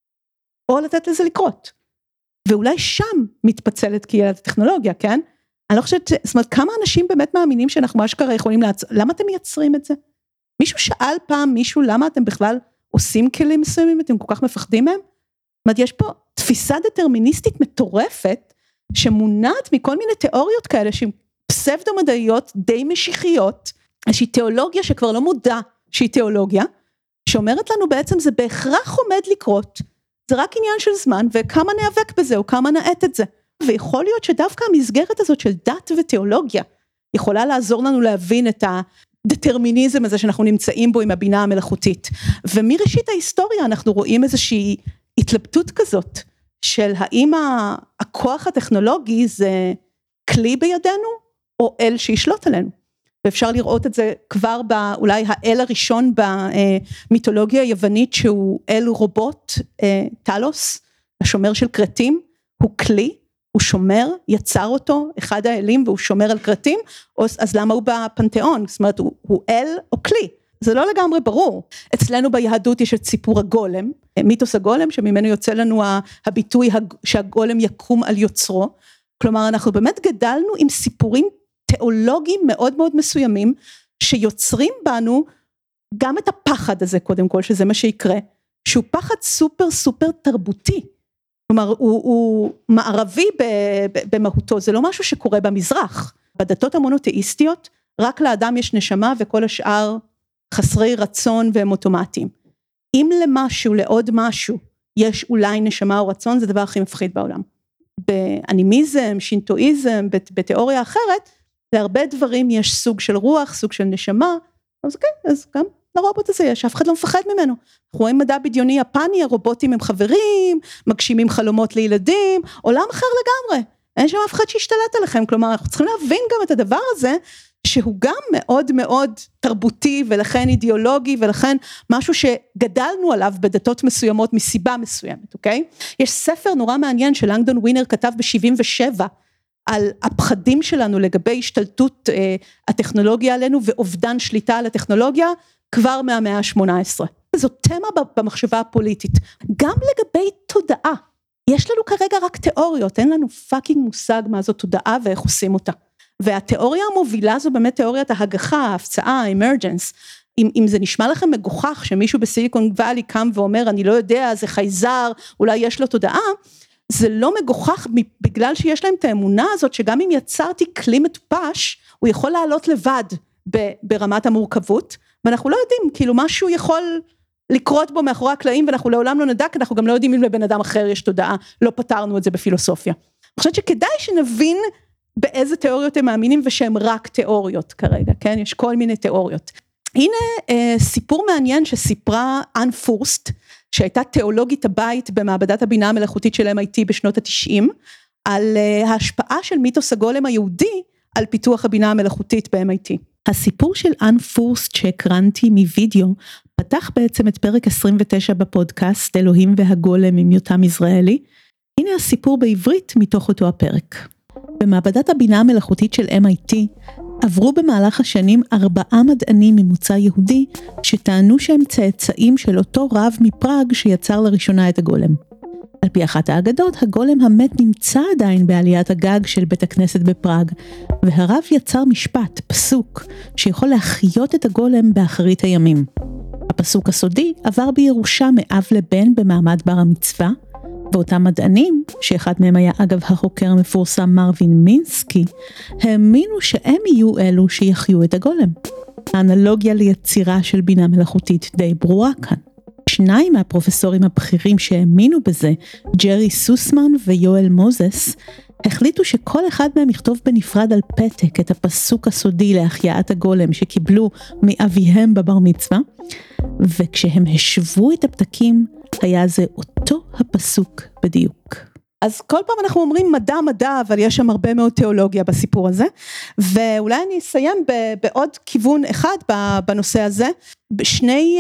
או לתת לזה לקרות, ואולי שם מתפצלת קהילת הטכנולוגיה, כן? אני לא חושבת, זאת אומרת, כמה אנשים באמת מאמינים שאנחנו אשכרה יכולים לעצור, למה אתם מייצרים את זה? מישהו שאל פעם מישהו, למה אתם בכלל עושים כלים מסוימים, אתם כל כך מפחדים מהם? זאת אומרת, יש פה תפיסה דטרמיניסטית מטורפת, שמונעת מכל מיני תיאוריות כאלה, שהן פסבדו-מדעיות די משיחיות, איזושהי תיאולוגיה שכבר לא מודע שהיא תיאולוגיה, שאומרת לנו בעצם זה בהכרח עומד לקרות, זה רק עניין של זמן, וכמה נאבק בזה, או כמה נעט את זה. ויכול להיות שדווקא המסגרת הזאת של דת ותיאולוגיה, יכולה לעזור לנו להבין את הדטרמיניזם הזה שאנחנו נמצאים בו עם הבינה המלאכותית. ומראשית ההיסטוריה אנחנו רואים איזושהי התלבטות כזאת, של האם הכוח הטכנולוגי זה כלי בידינו, או אל שישלוט עלינו. ואפשר לראות את זה כבר באולי האל הראשון במיתולוגיה היוונית שהוא אל רובוט, טלוס, השומר של קרטים, הוא כלי, הוא שומר, יצר אותו, אחד האלים והוא שומר על קרטים, אז למה הוא בפנתיאון? זאת אומרת הוא, הוא אל או כלי, זה לא לגמרי ברור. אצלנו ביהדות יש את סיפור הגולם, מיתוס הגולם שממנו יוצא לנו הביטוי שהגולם יקום על יוצרו, כלומר אנחנו באמת גדלנו עם סיפורים תיאולוגיים מאוד מאוד מסוימים, שיוצרים בנו גם את הפחד הזה קודם כל, שזה מה שיקרה, שהוא פחד סופר סופר תרבותי, כלומר הוא, הוא מערבי במהותו, זה לא משהו שקורה במזרח, בדתות המונותאיסטיות, רק לאדם יש נשמה וכל השאר חסרי רצון והם אוטומטיים, אם למשהו, לעוד משהו, יש אולי נשמה או רצון, זה הדבר הכי מפחיד בעולם, באנימיזם, שינטואיזם, בתיאוריה אחרת, להרבה דברים יש סוג של רוח, סוג של נשמה, אז כן, אז גם לרובוט הזה יש, אף אחד לא מפחד ממנו. אנחנו רואים מדע בדיוני יפני, הרובוטים הם חברים, מגשימים חלומות לילדים, עולם אחר לגמרי, אין שם אף אחד שישתלט עליכם, כלומר אנחנו צריכים להבין גם את הדבר הזה, שהוא גם מאוד מאוד תרבותי, ולכן אידיאולוגי, ולכן משהו שגדלנו עליו בדתות מסוימות, מסיבה מסוימת, אוקיי? יש ספר נורא מעניין שלנגדון ווינר כתב ב-שבעים ושבע, על הפחדים שלנו לגבי השתלטות אה, הטכנולוגיה עלינו, ואובדן שליטה על הטכנולוגיה, כבר מהמאה ה-שמונה עשרה. זו תמה במחשבה הפוליטית. גם לגבי תודעה, יש לנו כרגע רק תיאוריות, אין לנו פאקינג מושג מה זו תודעה ואיך עושים אותה. והתיאוריה המובילה זו באמת תיאוריית ההגחה, ההפצעה, האמרג'נס. אם, אם זה נשמע לכם מגוחך שמישהו בסיליקון ואלי קם ואומר, אני לא יודע, זה חייזר, אולי יש לו תודעה, זה לא מגוחך בגלל שיש להם את האמונה הזאת, שגם אם יצרתי כלי מטופש, הוא יכול לעלות לבד ברמת המורכבות, ואנחנו לא יודעים, כאילו משהו יכול לקרות בו מאחורי הקלעים, ואנחנו לעולם לא נדע, כי אנחנו גם לא יודעים אם לבן אדם אחר יש תודעה, לא פתרנו את זה בפילוסופיה. חושבת שכדאי שנבין באיזה תיאוריות הם מאמינים, ושהם רק תיאוריות כרגע, כן? יש כל מיני תיאוריות. הנה אה, סיפור מעניין שסיפרה אן פורסט, שהייתה תיאולוגית הבית במעבדת הבינה המלאכותית של אם איי טי בשנות ה-תשעים, על אה, ההשפעה של מיתוס הגולם היהודי, על פיתוח הבינה המלאכותית ב-אם איי טי. הסיפור של אן פורסט שהקרנתי מווידאו, פתח בעצם את פרק עשרים ותשע בפודקאסט, אלוהים והגולם עם יותם יזרעאלי. הנה הסיפור בעברית מתוך אותו הפרק. במעבדת הבינה המלאכותית של אם איי טי, עברו במהלך השנים ארבעה מדענים ממוצא יהודי, שטענו שהם צאצאים של אותו רב מפראג שיצר לראשונה את הגולם. על פי אחת האגדות, הגולם המת נמצא עדיין בעליית הגג של בית הכנסת בפראג, והרב יצר משפט, פסוק, שיכול להחיות את הגולם באחרית הימים. הפסוק הסודי עבר בירושה מאב לבן במעמד בר המצווה, ואותם מדענים, שאחד מהם היה אגב החוקר המפורסם מרווין מינסקי, האמינו שהם יהיו אלו שיחיו את הגולם. האנלוגיה ליצירה של בינה מלאכותית די ברורה כאן. שניים מהפרופסורים הבכירים שהאמינו בזה, ג'רי סוסמן ויואל מוזס, החליטו שכל אחד מהם יכתוב בנפרד על פתק את הפסוק הסודי להחייאת הגולם שקיבלו מאביהם בבר מצווה, וכשהם השוו את הפתקים, היה זה אותו הפסוק בדיוק. אז כל פעם אנחנו אומרים מדע מדע, אבל יש שם הרבה מאוד תיאולוגיה בסיפור הזה, ואולי אני אסיים בעוד כיוון אחד בנושא הזה. שני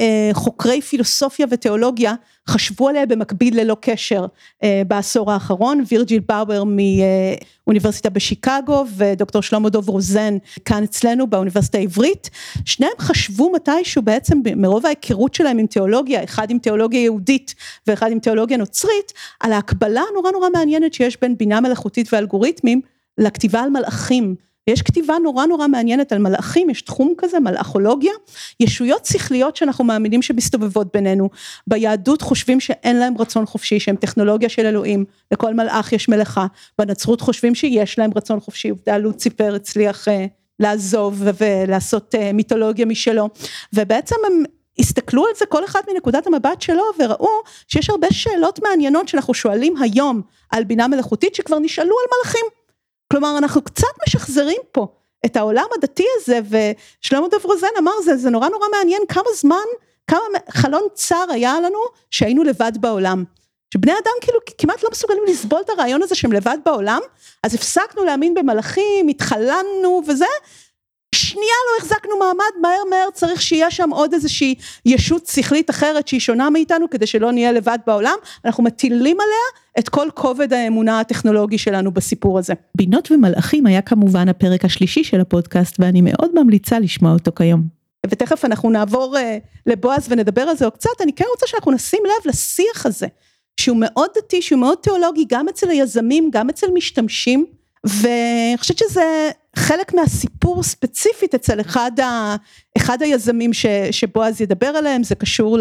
חוקרי פילוסופיה ותיאולוגיה חשבו עליה במקביל ללא קשר בעשור האחרון, וירג'יל באואר מאוניברסיטה בשיקגו ודוקטור שלמה דוב רוזן כאן אצלנו באוניברסיטה העברית. שניהם חשבו מתישהו בעצם מרוב ההיכרות שלהם עם תיאולוגיה, אחד עם תיאולוגיה יהודית ואחד עם תיאולוגיה נוצרית, על ההקבלה נורא נורא מעניינת שיש בין בינה מלאכותית ואלגוריתמים לכתיבה על מלאכים. יש כתיבה נורא נורא מעניינת על מלאכים, יש תחום כזה, מלאכולוגיה, ישויות שכליות שאנחנו מאמינים שמסתובבות בינינו, ביהדות חושבים שאין להם רצון חופשי, שהם טכנולוגיה של אלוהים, לכל מלאך יש מלאכה, בנצרות חושבים שיש להם רצון חופשי, עובדה לוציפר הצליח uh, לעזוב ולעשות uh, מיתולוגיה משלו, ובעצם הם הסתכלו על זה כל אחד מנקודת המבט שלו, וראו שיש הרבה שאלות מעניינות שאנחנו שואלים היום על בינה מלאכותית, שכבר נשאלו על מלאכים, כלומר, אנחנו קצת משחזרים פה את העולם הדתי הזה, ושלמה דוב רוזן אמר, זה, זה נורא נורא מעניין כמה זמן, כמה חלון צר היה לנו שהיינו לבד בעולם. שבני אדם כאילו כמעט לא מסוגלים לסבול את הרעיון הזה שהם לבד בעולם, אז הפסקנו להאמין במלאכים, התחלנו וזה, שנייה לא החזקנו מעמד, מהר מהר צריך שיהיה שם עוד איזושהי ישות שכלית אחרת שהיא שונה מאיתנו, כדי שלא נהיה לבד בעולם, אנחנו מטילים עליה את כל כובד האמונה הטכנולוגי שלנו בסיפור הזה. בינות ומלאכים היה כמובן הפרק השלישי של הפודקאסט, ואני מאוד ממליצה לשמוע אותו כיום. ותכף אנחנו נעבור uh, לבועז ונדבר על זה או קצת, אני כן רוצה שאנחנו נשים לב לשיח הזה, שהוא מאוד דתי, שהוא מאוד תיאולוגי, גם אצל היזמים, גם אצל משתמשים, ואני חושבת שזה חלק מהסיפור ספציפית אצל אחד, ה, אחד היזמים ש, שבועז ידבר עליהם, זה קשור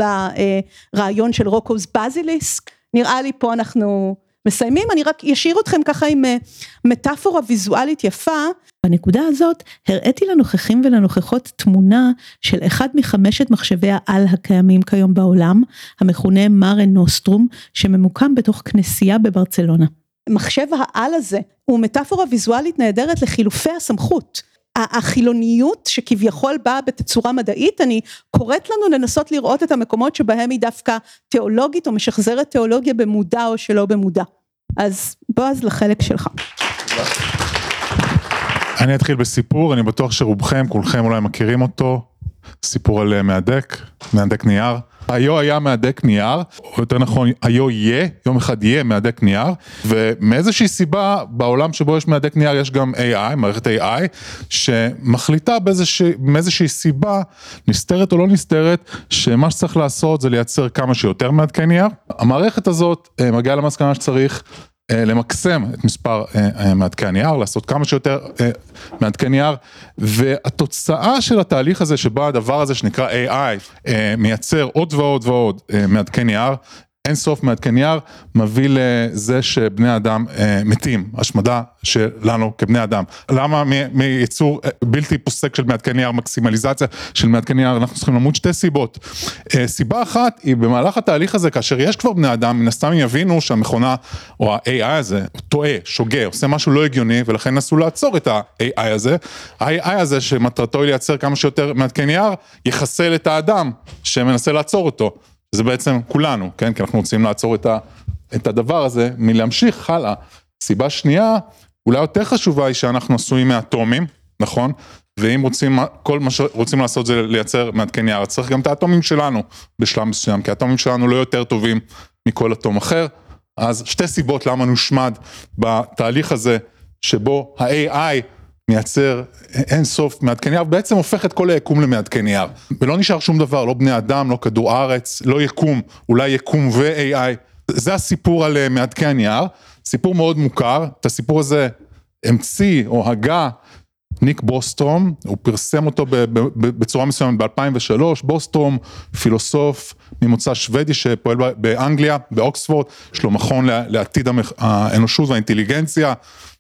לרעיון של רוקוס בזיליסק, נראה לי פה אנחנו מסיימים, אני רק אשאיר אתכם ככה עם מטאפורה ויזואלית יפה. בנקודה הזאת הראיתי לנוכחים ולנוכחות תמונה של אחד מחמשת מחשבי העל הקיימים כיום בעולם, המכונה מארה נוסטרום, שממוקם בתוך כנסייה בברצלונה. מחשב העל הזה הוא מטאפורה ויזואלית נהדרת לחילופי הסמכות. החילוניות שכביכול באה בתצורה מדעית, אני קוראת לנו לנסות לראות את המקומות שבהם היא דווקא תיאולוגית או משחזרת תיאולוגיה במודע או שלא במודע. אז בועז לחלק שלך. אני אתחיל בסיפור, אני בטוח שרובכם, כולכם אולי מכירים אותו, סיפור על מהדק, מהדק נייר. היו היה מהדק נייר, או יותר נכון, היו יהיה, יום אחד יהיה מהדק נייר, ומאיזושהי סיבה, בעולם שבו יש מהדק נייר, יש גם איי איי, מערכת איי איי, שמחליטה באיזושהי, מאיזושהי סיבה, נסתרת או לא נסתרת, שמה שצריך לעשות זה לייצר כמה שיותר מהדקי נייר. המערכת הזאת מגיעה למסקנה שצריך למקסם את מספר מהדקי הנייר, לעשות כמה שיותר מהדקי נייר, והתוצאה של התהליך הזה, שבה הדבר הזה שנקרא איי איי, מייצר עוד ועוד ועוד מהדקי נייר, אין סוף מעדכן נייר, מביא לזה שבני אדם אה, מתים, השמדה שלנו כבני אדם. למה מייצור בלתי פוסק של מעדכן נייר, מקסימליזציה של מעדכן נייר, אנחנו צריכים למוד שתי סיבות. אה, סיבה אחת היא במהלך התהליך הזה, כאשר יש כבר בני אדם, מן הסתם יבינו שהמכונה, או ה-איי איי הזה, טועה, שוגה, עושה משהו לא הגיוני, ולכן נסו לעצור את ה-איי איי הזה. ה-איי איי הזה שמטרתו היא לייצר כמה שיותר מעדכן נייר, יחסל את האדם שמנסה לעצור אותו. זה בעצם כולנו, כן? כי אנחנו רוצים לעצור את, ה, את הדבר הזה מלהמשיך הלאה. סיבה שנייה, אולי יותר חשובה היא שאנחנו עשויים מאטומים, נכון? ואם רוצים, כל מה שרוצים לעשות זה לייצר מעדכן נייר, צריך גם את האטומים שלנו בשלב מסוים, כי האטומים שלנו לא יותר טובים מכל אטום אחר. אז שתי סיבות למה נושמד בתהליך הזה, שבו ה-איי איי מייצר אין סוף מעדכן נייר, בעצם הופך את כל היקום למעדכן נייר. ולא נשאר שום דבר, לא בני אדם, לא כדור הארץ, לא יקום, אולי יקום ו-איי איי. זה הסיפור על מעדכן נייר, סיפור מאוד מוכר, את הסיפור הזה המציא או הגה ניק בוסטרום, הוא פרסם אותו בצורה מסוימת ב-אלפיים ושלוש, בוסטרום, פילוסוף ממוצא שוודי שפועל באנגליה, באוקספורד, יש לו מכון לעתיד האנושות והאינטליגנציה,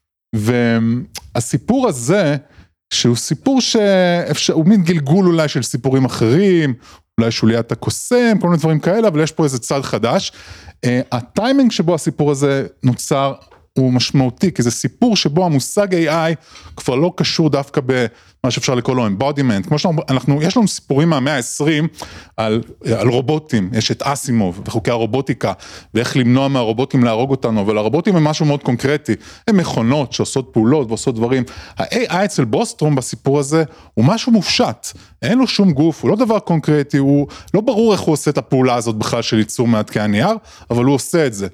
והסיפור הזה, שהוא סיפור שהוא מין גלגול אולי של סיפורים אחרים, אולי שוליית הקוסם, כל מיני דברים כאלה, אבל יש פה איזה צד חדש. הטיימינג שבו הסיפור הזה נוצר הוא משמעותי, כי זה סיפור שבו המושג איי איי כבר לא קשור דווקא במה שאפשר לקרוא לו embodiment, כמו שאנחנו, יש לנו סיפורים מהמאה ה-עשרים על, על רובוטים, יש את אסימוב וחוקי הרובוטיקה, ואיך למנוע מהרובוטים להרוג אותנו, אבל הרובוטים הם משהו מאוד קונקרטי, הם מכונות שעושות פעולות ועושות דברים. ה-איי איי אצל בוסטרום בסיפור הזה הוא משהו מופשט, אין לו שום גוף, הוא לא דבר קונקרטי, הוא לא ברור איך הוא עושה את הפעולה הזאת בכלל של ייצור מעדכן הנייר, אבל הוא עושה את זה,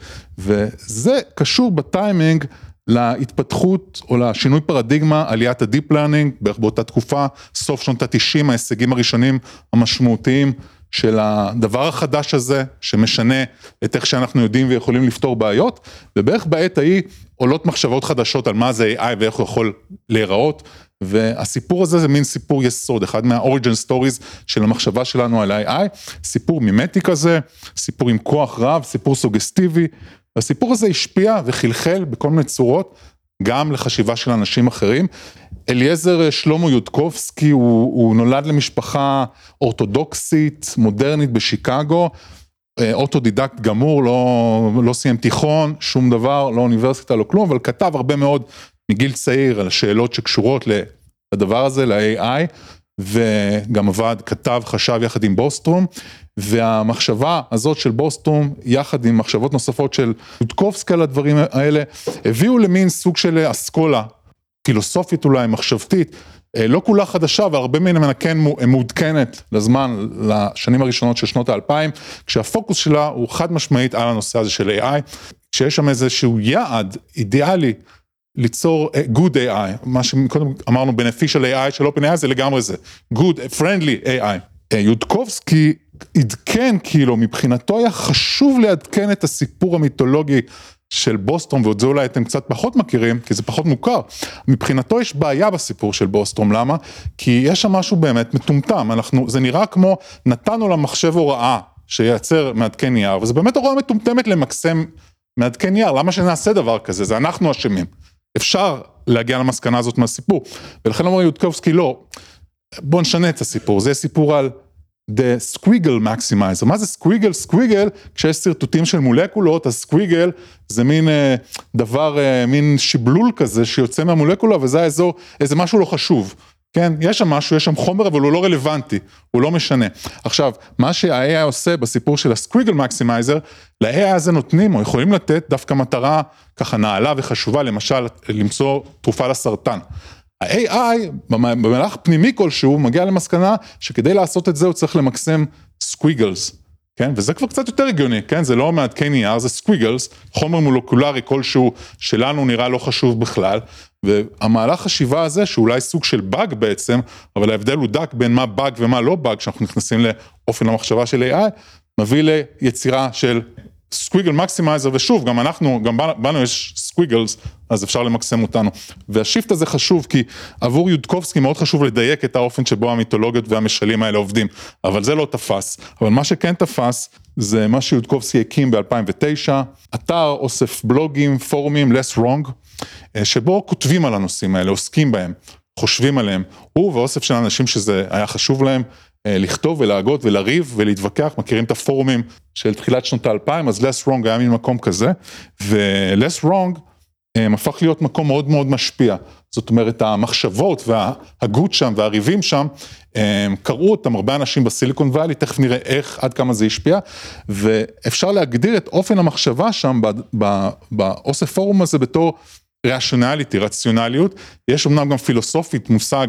וזה קשור בטיימינג להתפתחות או לשינוי פרדיגמה, עליית הדיפ לרנינג, בערך באותה תקופה, סוף שנות ה-תשעים, ההישגים הראשונים המשמעותיים של הדבר החדש הזה, שמשנה את איך שאנחנו יודעים ויכולים לפתור בעיות, ובערך בעת ההיא עולות מחשבות חדשות על מה זה איי איי ואיך הוא יכול להיראות, והסיפור הזה זה מין סיפור יסוד, אחד מה-Origin Stories של המחשבה שלנו על איי איי, סיפור מימטי כזה, סיפור עם כוח רב, סיפור סוגסטיבי, והסיפור הזה השפיע וחלחל בכל מיני צורות, גם לחשיבה של אנשים אחרים. אליעזר שלמה יודקובסקי, הוא, הוא נולד למשפחה אורתודוקסית, מודרנית בשיקגו, אוטודידקט גמור, לא, לא סיים תיכון, שום דבר, לא אוניברסיטה, לא כלום, אבל כתב הרבה מאוד מגיל צעיר על השאלות שקשורות לדבר הזה, ל-איי איי, וגם עבד, כתב, חשב יחד עם בוסטרום, והמחשבה הזאת של בוסטרום, יחד עם מחשבות נוספות של יודקובסקי על הדברים האלה, הביאו למין סוג של אסכולה, פילוסופית אולי, מחשבתית, לא כולה חדשה, והרבה ממנה כן מעודכנת לזמן, לשנים הראשונות של שנות האלפיים, כשהפוקוס שלה הוא חד משמעית על הנושא הזה של איי איי, כשיש שם איזשהו יעד אידיאלי, ליצור good איי איי, מה שקודם אמרנו beneficial איי איי של OpenAI זה לגמרי זה, good, friendly איי איי. יודקובסקי עדכן כאילו, מבחינתו היה חשוב לעדכן את הסיפור המיתולוגי של בוסטרום, ועוד זה אולי אתם קצת פחות מכירים, כי זה פחות מוכר. מבחינתו יש בעיה בסיפור של בוסטרום, למה? כי יש שם משהו באמת מטומטם, אנחנו, זה נראה כמו נתנו למחשב הוראה שייצר מעדכן נייר, וזה באמת הוראה מטומטמת למקסם מעדכן נייר, למה שנעשה דבר כזה? זה אנחנו אשמים. אפשר להגיע למסקנה הזאת מהסיפור, ולכן אומר יודקובסקי, לא, בוא נשנה את הסיפור, זה סיפור על the squiggle maximizer, מה זה squiggle? squiggle, כשיש סרטוטים של מולקולות, אז squiggle זה מין דבר, מין שיבלול כזה שיוצא מהמולקולה, וזה האזור, איזה משהו לא חשוב, כן? יש שם משהו, יש שם חומר, אבל הוא לא רלוונטי, הוא לא משנה. עכשיו, מה שה-איי איי עושה בסיפור של ה-squiggle maximizer, ל-איי איי הזה נותנים, או יכולים לתת דווקא מטרה ככה נעלה וחשובה, למשל, למצוא תרופה לסרטן. ה-איי איי, במהלך פנימי כלשהו, מגיע למסקנה שכדי לעשות את זה הוא צריך למקסם squiggles, כן? וזה כבר קצת יותר הגיוני, כן? זה לא מעדכן נייר, זה squiggles, חומר מולקולרי כלשהו שלנו נראה לא חשוב בכלל, והמהלך חשיבה הזה, שאולי סוג של באג בעצם, אבל ההבדל הוא דק בין מה באג ומה לא באג, כשאנחנו נכנסים לאופן המחשבה של איי איי, מביא ליצירה של סקוויגל מקסימייזר, ושוב, גם אנחנו, גם בנו יש סקוויגלס, אז אפשר למקסם אותנו. והשיפט הזה חשוב, כי עבור יודקובסקי מאוד חשוב לדייק את האופן שבו המיתולוגיות והמשלים האלה עובדים, אבל זה לא תפס. אבל מה שכן תפס, זה מה שיודקובסקי הקים ב-אלפיים ותשע, אתר, אוסף בלוגים, פורומים, less wrong, שבו כותבים על הנושאים האלה, עוסקים בהם, חושבים עליהם. הוא ואוסף של אנשים שזה היה חשוב להם, לכתוב ולהגות ולריב ולהתווכח, מכירים את הפורומים של תחילת שנות האלפיים, אז less wrong היה מין מקום כזה, ו-less wrong הם הפך להיות מקום מאוד מאוד משפיע, זאת אומרת המחשבות וההגות שם והריבים שם, הם קראו אותם הרבה אנשים בסיליקון ואלי, תכף נראה איך עד כמה זה השפיע, ואפשר להגדיר את אופן המחשבה שם באוסף פורום הזה בתור רציונליטי, רציונליות, יש אמנם גם פילוסופית מושג,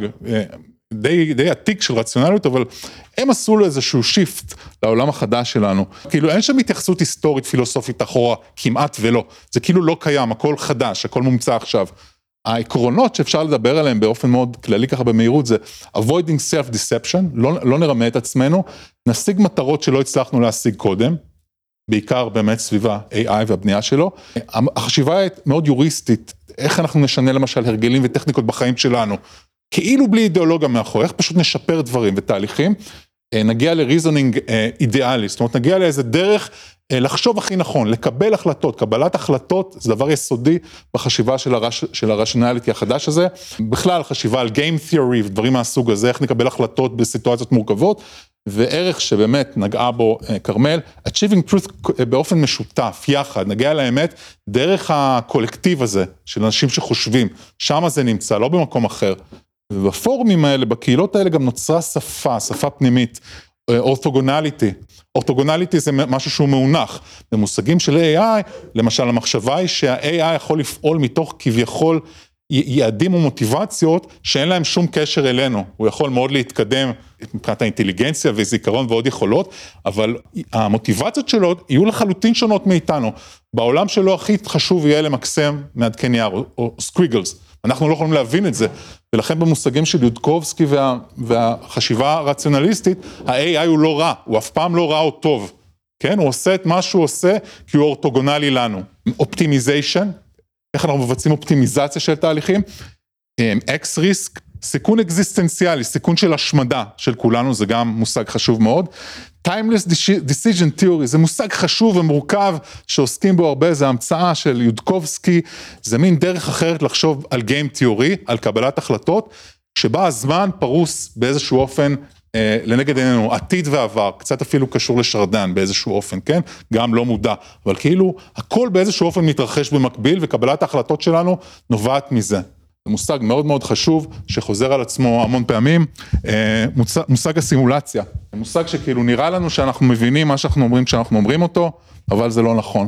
די, די עתיק של רציונליות, אבל הם עשו לו איזשהו שיפט לעולם החדש שלנו. כאילו אין שם התייחסות היסטורית, פילוסופית אחורה, כמעט ולא. זה כאילו לא קיים, הכל חדש, הכל מומצא עכשיו. העקרונות שאפשר לדבר עליהם באופן מאוד כללי ככה במהירות, זה avoiding self-deception, לא, לא נרמה את עצמנו, נשיג מטרות שלא הצלחנו להשיג קודם, בעיקר באמת סביבה איי איי והבנייה שלו. החשיבה היא מאוד יוריסטית, איך אנחנו נשנה למשל הרגלים וטכניקות בחיים שלנו, כאילו בלי אידיאולוגיה מאחור, איך פשוט נשפר דברים ותהליכים, נגיע לריזונינג אידיאלי, זאת אומרת נגיע לאיזה דרך לחשוב הכי נכון, לקבל החלטות, קבלת החלטות זה דבר יסודי בחשיבה של, הרש, של הרשיונליטי החדש הזה, בכלל חשיבה על Game Theory ודברים מהסוג הזה, איך נקבל החלטות בסיטואציות מורכבות, וערך שבאמת נגעה בו קרמל, Achieving Truth באופן משותף, יחד, נגיע לאמת, דרך הקולקטיב הזה של אנשים שחושבים, שם זה נמצא, לא במקום אחר. ובפורומים האלה, בקהילות האלה גם נוצרה שפה, שפה פנימית, אורתוגונליטי. אורתוגונליטי זה משהו שהוא מאונח. במושגים של איי איי, למשל המחשבה היא שה-איי איי יכול לפעול מתוך כביכול יעדים ומוטיבציות שאין להם שום קשר אלינו. הוא יכול מאוד להתקדם מבחינת האינטליגנציה וזיכרון ועוד יכולות, אבל המוטיבציות שלו יהיו לחלוטין שונות מאיתנו. בעולם שלו הכי חשוב יהיה למקסם מעדכי נייר או סקוויגלס. אנחנו לא יכולים להבין את זה, ולכן במושגים של יודקובסקי וה, והחשיבה הרציונליסטית, ה-איי איי הוא לא רע, הוא אף פעם לא רע או טוב, כן? הוא עושה את מה שהוא עושה, כי הוא אורתוגונלי לנו. אופטימיזיישן, איך אנחנו מבצעים אופטימיזציה של תהליכים, אקס ריסק, סיכון אקזיסטנציאלי, סיכון של השמדה של כולנו, זה גם מושג חשוב מאוד. Timeless Decision Theory, זה מושג חשוב ומורכב, שעוסקים בו הרבה, זה המצאה של יודקובסקי, זה מין דרך אחרת לחשוב על Game Theory, על קבלת החלטות, שבה הזמן פרוס באיזשהו אופן, אה, לנגד עינינו, עתיד ועבר, קצת אפילו קשור לשרדן באיזשהו אופן, כן? גם לא מודע, אבל כאילו, הכל באיזשהו אופן מתרחש במקביל, וקבלת ההחלטות שלנו נובעת מזה. זה מושג מאוד מאוד חשוב, שחוזר על עצמו המון פעמים, מושג, מושג הסימולציה. זה מושג שכאילו נראה לנו שאנחנו מבינים מה שאנחנו אומרים כשאנחנו אומרים אותו, אבל זה לא נכון.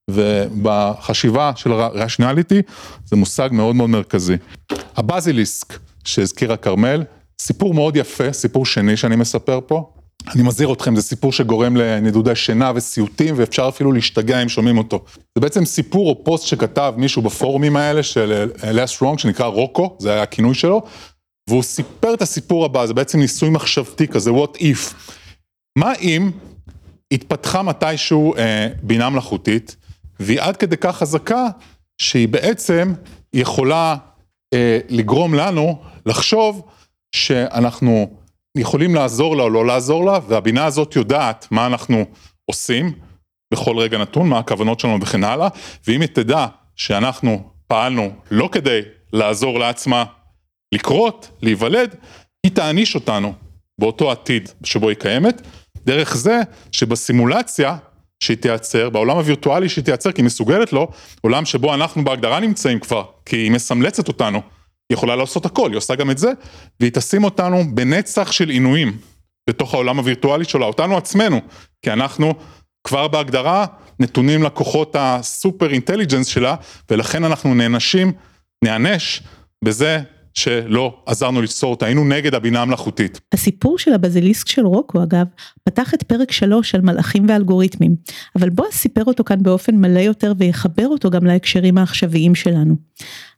ובחשיבה של הרציונליטי, זה מושג מאוד מאוד מרכזי. הבזיליסק שהזכירה קרמל, סיפור מאוד יפה, סיפור שני שאני מספר פה, אני מזהיר אתכם, זה סיפור שגורם לנדודי שינה וסיוטים, ואפשר אפילו להשתגע אם שומעים אותו. זה בעצם סיפור או פוסט שכתב מישהו בפורומים האלה של less wrong, שנקרא רוקו, זה היה הכינוי שלו, והוא סיפר את הסיפור הבא, זה בעצם ניסוי מחשבתי כזה, what if. מה אם התפתחה מתישהו אה, בינה מלאכותית, והיא עד כדי כך חזקה, שהיא בעצם יכולה אה, לגרום לנו לחשוב שאנחנו יכולים לעזור לה או לא לעזור לה, והבינה הזאת יודעת מה אנחנו עושים בכל רגע נתון, מה הכוונות שלנו וכן הלאה, ואם היא תדע שאנחנו פעלנו לא כדי לעזור לעצמה לקרות, להיוולד, היא תעניש אותנו באותו עתיד שבו היא קיימת, דרך זה שבסימולציה שהיא תייצר, בעולם הווירטואלי שהיא תייצר, כי היא מסוגלת לו, עולם שבו אנחנו בהגדרה נמצאים כבר, כי היא מסמלצת אותנו, היא יכולה לעשות הכל, היא עושה גם את זה, והיא תשים אותנו בנצח של עינויים, בתוך העולם הווירטואלי שלה, אותנו עצמנו, כי אנחנו כבר בהגדרה נתונים לכוחות הסופר אינטליג'נס שלה, ולכן אנחנו נענשים, נענש בזה שלא עזרנו ליצור אותה, היינו נגד הבינה המלאכותית. הסיפור של הבזיליסק של רוקו, אגב, פתח את פרק שלוש של מלאכים ואלגוריתמים, אבל בוא סיפר אותו כאן באופן מלא יותר, ויחבר אותו גם להקשרים העכשוויים שלנו.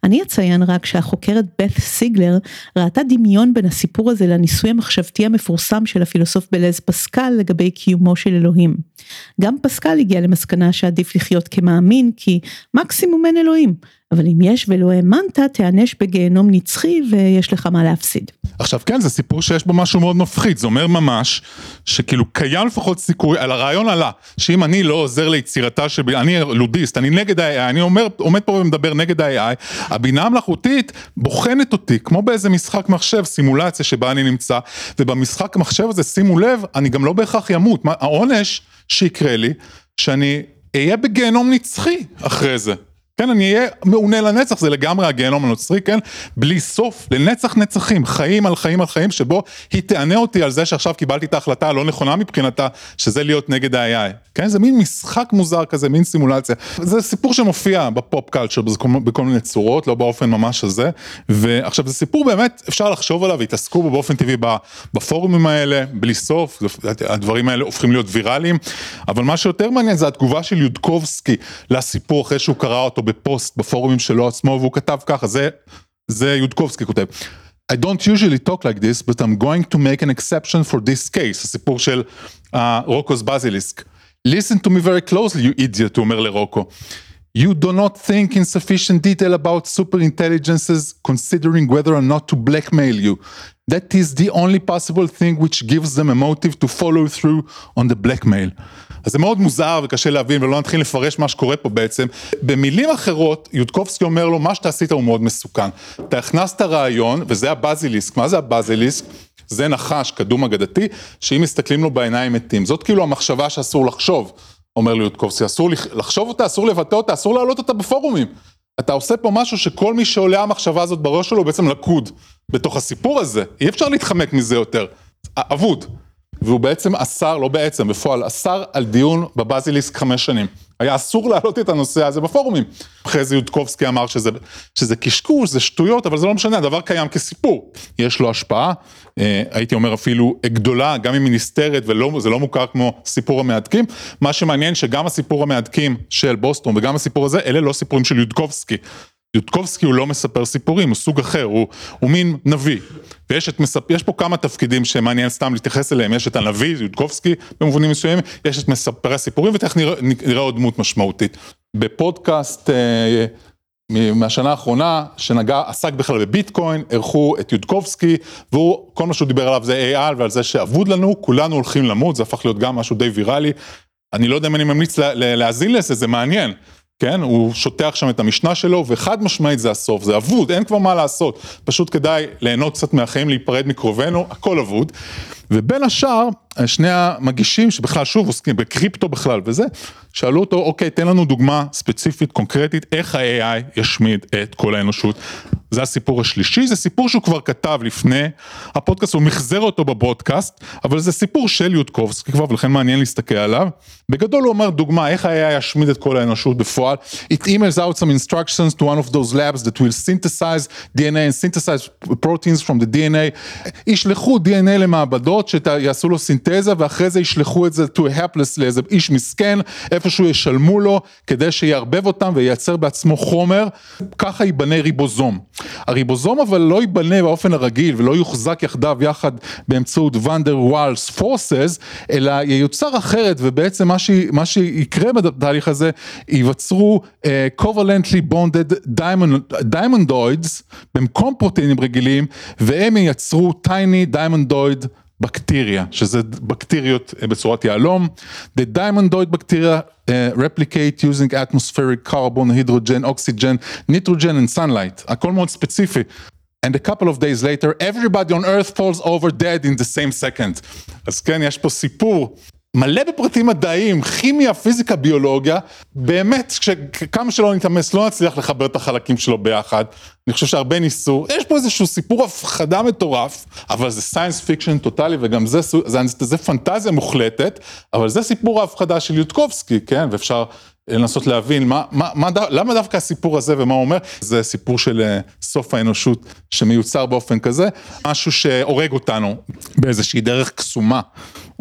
אני אציין רק שהחוקרת בת סיגלר ראתה דמיון בין הסיפור הזה לניסוי המחשבתי המפורסם של הפילוסוף בלז פסקל לגבי קיומו של אלוהים. גם פסקל הגיע למסקנה שעדיף לחיות כמאמין, כי מקסימום אין אלוהים. אבל אם יש ולא האמנת, תענש בגיהנום נצחי ויש לך מה להפסיד. עכשיו כן, זה סיפור שיש בו משהו מאוד מפחיד, זה אומר ממש שכאילו קיים לפחות סיכוי, על הרעיון עלה, שאם אני לא עוזר ליצירתה של, אני לודיסט, אני נגד ה-איי איי, אני אומר, עומד פה ומדבר נגד ה-איי איי, הבינה המלאכותית בוחנת אותי, כמו באיזה משחק מחשב, סימולציה שבה אני נמצא, ובמשחק מחשב הזה, שימו לב, אני גם לא בהכרח ימות, העונש שיקרה לי, שאני אהיה בגיהנום נצחי אחרי זה. כן, אני אהיה מעונה לנצח, זה לגמרי הגיהנום הנוצרי, כן, בלי סוף, לנצח נצחים, חיים על חיים על חיים, שבו היא תענה אותי על זה שעכשיו קיבלתי את ההחלטה הלא נכונה מבחינתה, שזה להיות נגד ה-איי איי, כן, זה מין משחק מוזר כזה, מין סימולציה, זה סיפור שמופיע בפופ קלצ'ר, בכל מיני צורות, לא באופן ממש הזה, ועכשיו זה סיפור באמת, אפשר לחשוב עליו, והתעסקו בו באופן טבעי בפורומים האלה, בלי סוף, הדברים האלה הופכים להיות ויראליים, אבל מה שיותר מעניין זה התגובה של יודקובסקי לסיפור אחרי שהוא קרא אותו בפוסט, בפורומים שלו עצמו, והוא כתב ככה, זה, זה יודקובסקי כותב, I don't usually talk like this, but I'm going to make an exception for this case, הסיפור של רוקוס בזיליסק. Listen to me very closely, you idiot, הוא אומר לרוקו. You do not think in sufficient detail about super intelligences, considering whether or not to blackmail you. That is the only possible thing which gives them a motive to follow through on the blackmail. אז זה מאוד מוזר וקשה להבין, ולא נתחיל לפרש מה שקורה פה בעצם. במילים אחרות, יודקובסקי אומר לו, מה שאתה עשית הוא מאוד מסוכן. אתה הכנסת רעיון, וזה הבזיליסק. מה זה הבזיליסק? זה נחש, קדום אגדתי, שאם מסתכלים לו בעיניים מתים. זאת כאילו המחשבה שאסור לחשוב, אומר לי יודקובסקי. אסור לחשוב אותה, אסור לבטא אותה, אסור להעלות אותה בפורומים. אתה עושה פה משהו שכל מי שעולה המחשבה הזאת בראש שלו, הוא בעצם לקוד בתוך הסיפור הזה. אי אפשר להתחמק מזה יותר. אבוד. והוא בעצם אסר, לא בעצם, בפועל, אסר על דיון בבזיליסק חמש שנים. היה אסור להעלות את הנושא הזה בפורומים. אחרי זה יודקובסקי אמר שזה, שזה קשקוש, זה שטויות, אבל זה לא משנה, הדבר קיים כסיפור. יש לו השפעה, אה, הייתי אומר אפילו גדולה, גם אם היא נסתרת, וזה לא מוכר כמו סיפור המהדקים. מה שמעניין שגם הסיפור המהדקים של בוסטון, וגם הסיפור הזה, אלה לא סיפורים של יודקובסקי. יודקובסקי הוא לא מספר סיפורים, הוא סוג אחר, הוא, הוא מין נביא. ויש את מספ... יש פה כמה תפקידים שמעניין סתם להתייחס אליהם, יש את הנביא, יודקובסקי, במובנים מסוימים, יש את מספרי הסיפורים, ותכף נראה, נראה עוד דמות משמעותית. בפודקאסט אה, מהשנה האחרונה, שנגע, עסק בכלל בביטקוין, ערכו את יודקובסקי, והוא, כל מה שהוא דיבר עליו זה איי איי, ועל זה שעבוד לנו, כולנו הולכים למות, זה הפך להיות גם משהו די ויראלי. אני לא יודע אם אני ממליץ לה, להאזין לזה, זה מעניין. כן, הוא שוטח שם את המשנה שלו, וחד משמעית זה הסוף, זה אבוד, אין כבר מה לעשות, פשוט כדאי ליהנות קצת מהחיים, להיפרד מקרובנו, הכל אבוד, ובין השאר, שני המגישים שבכלל שוב עוסקים בקריפטו בכלל וזה, שאלו אותו, אוקיי, תן לנו דוגמה ספציפית, קונקרטית, איך ה-איי איי ישמיד את כל האנושות. זה הסיפור השלישי, זה סיפור שהוא כבר כתב לפני הפודקאסט, הוא מחזר אותו בברודקאסט, אבל זה סיפור של יודקובסקי כבר, ולכן מעניין להסתכל עליו. בגדול הוא אומר דוגמה, איך ה-איי איי ישמיד את כל האנושות בפועל. It emails out some instructions to one of those labs that will synthesize די אן איי and synthesize proteins from the די אן איי. ישלחו די אן איי למעבדות שיעשו לו סינתזה, ואחרי זה ישלחו את זה to a helpless, לאיזה איש מסכן, איפשהו ישלמו לו, כדי שיערבב אותם וייצר בעצמו חומר, ככה ייבנה ריבוזום. הריבוזום אבל לא ייבנה באופן הרגיל, ולא יוחזק יחדיו יחד באמצעות ונדר וואלס פורסס, אלא ייוצר אחרת, ובעצם מה, ש... מה שיקרה בתהליך הזה, ייווצרו uh, covalently bonded diamond, diamondoids, במקום פרוטאינים רגילים, והם ייצרו tiny diamondoid בקטריה, שזה בקטריות בצורת יעלום. The diamondoid bacteria uh, replicate using atmospheric carbon, hydrogen, oxygen, nitrogen and sunlight. הכל מאוד ספציפי. And a couple of days later, everybody on earth falls over dead in the same second. אז כן, יש פה סיפור מלא בפרטים מדעיים, כימיה, פיזיקה, ביולוגיה, באמת, כמה שלא נתאמץ, לא נצליח לחבר את החלקים שלו ביחד, אני חושב שהרבה ניסו, יש פה איזשהו סיפור הפחדה מטורף, אבל זה סיינס פיקשן טוטלי, וגם זה, זה, זה פנטזיה מוחלטת, אבל זה סיפור ההפחדה של יודקובסקי, כן, ואפשר לנסות להבין מה, מה, מה, למה דווקא הסיפור הזה ומה הוא אומר, זה סיפור של סוף האנושות שמיוצר באופן כזה, משהו שהורג אותנו באיזושהי דרך קסומה,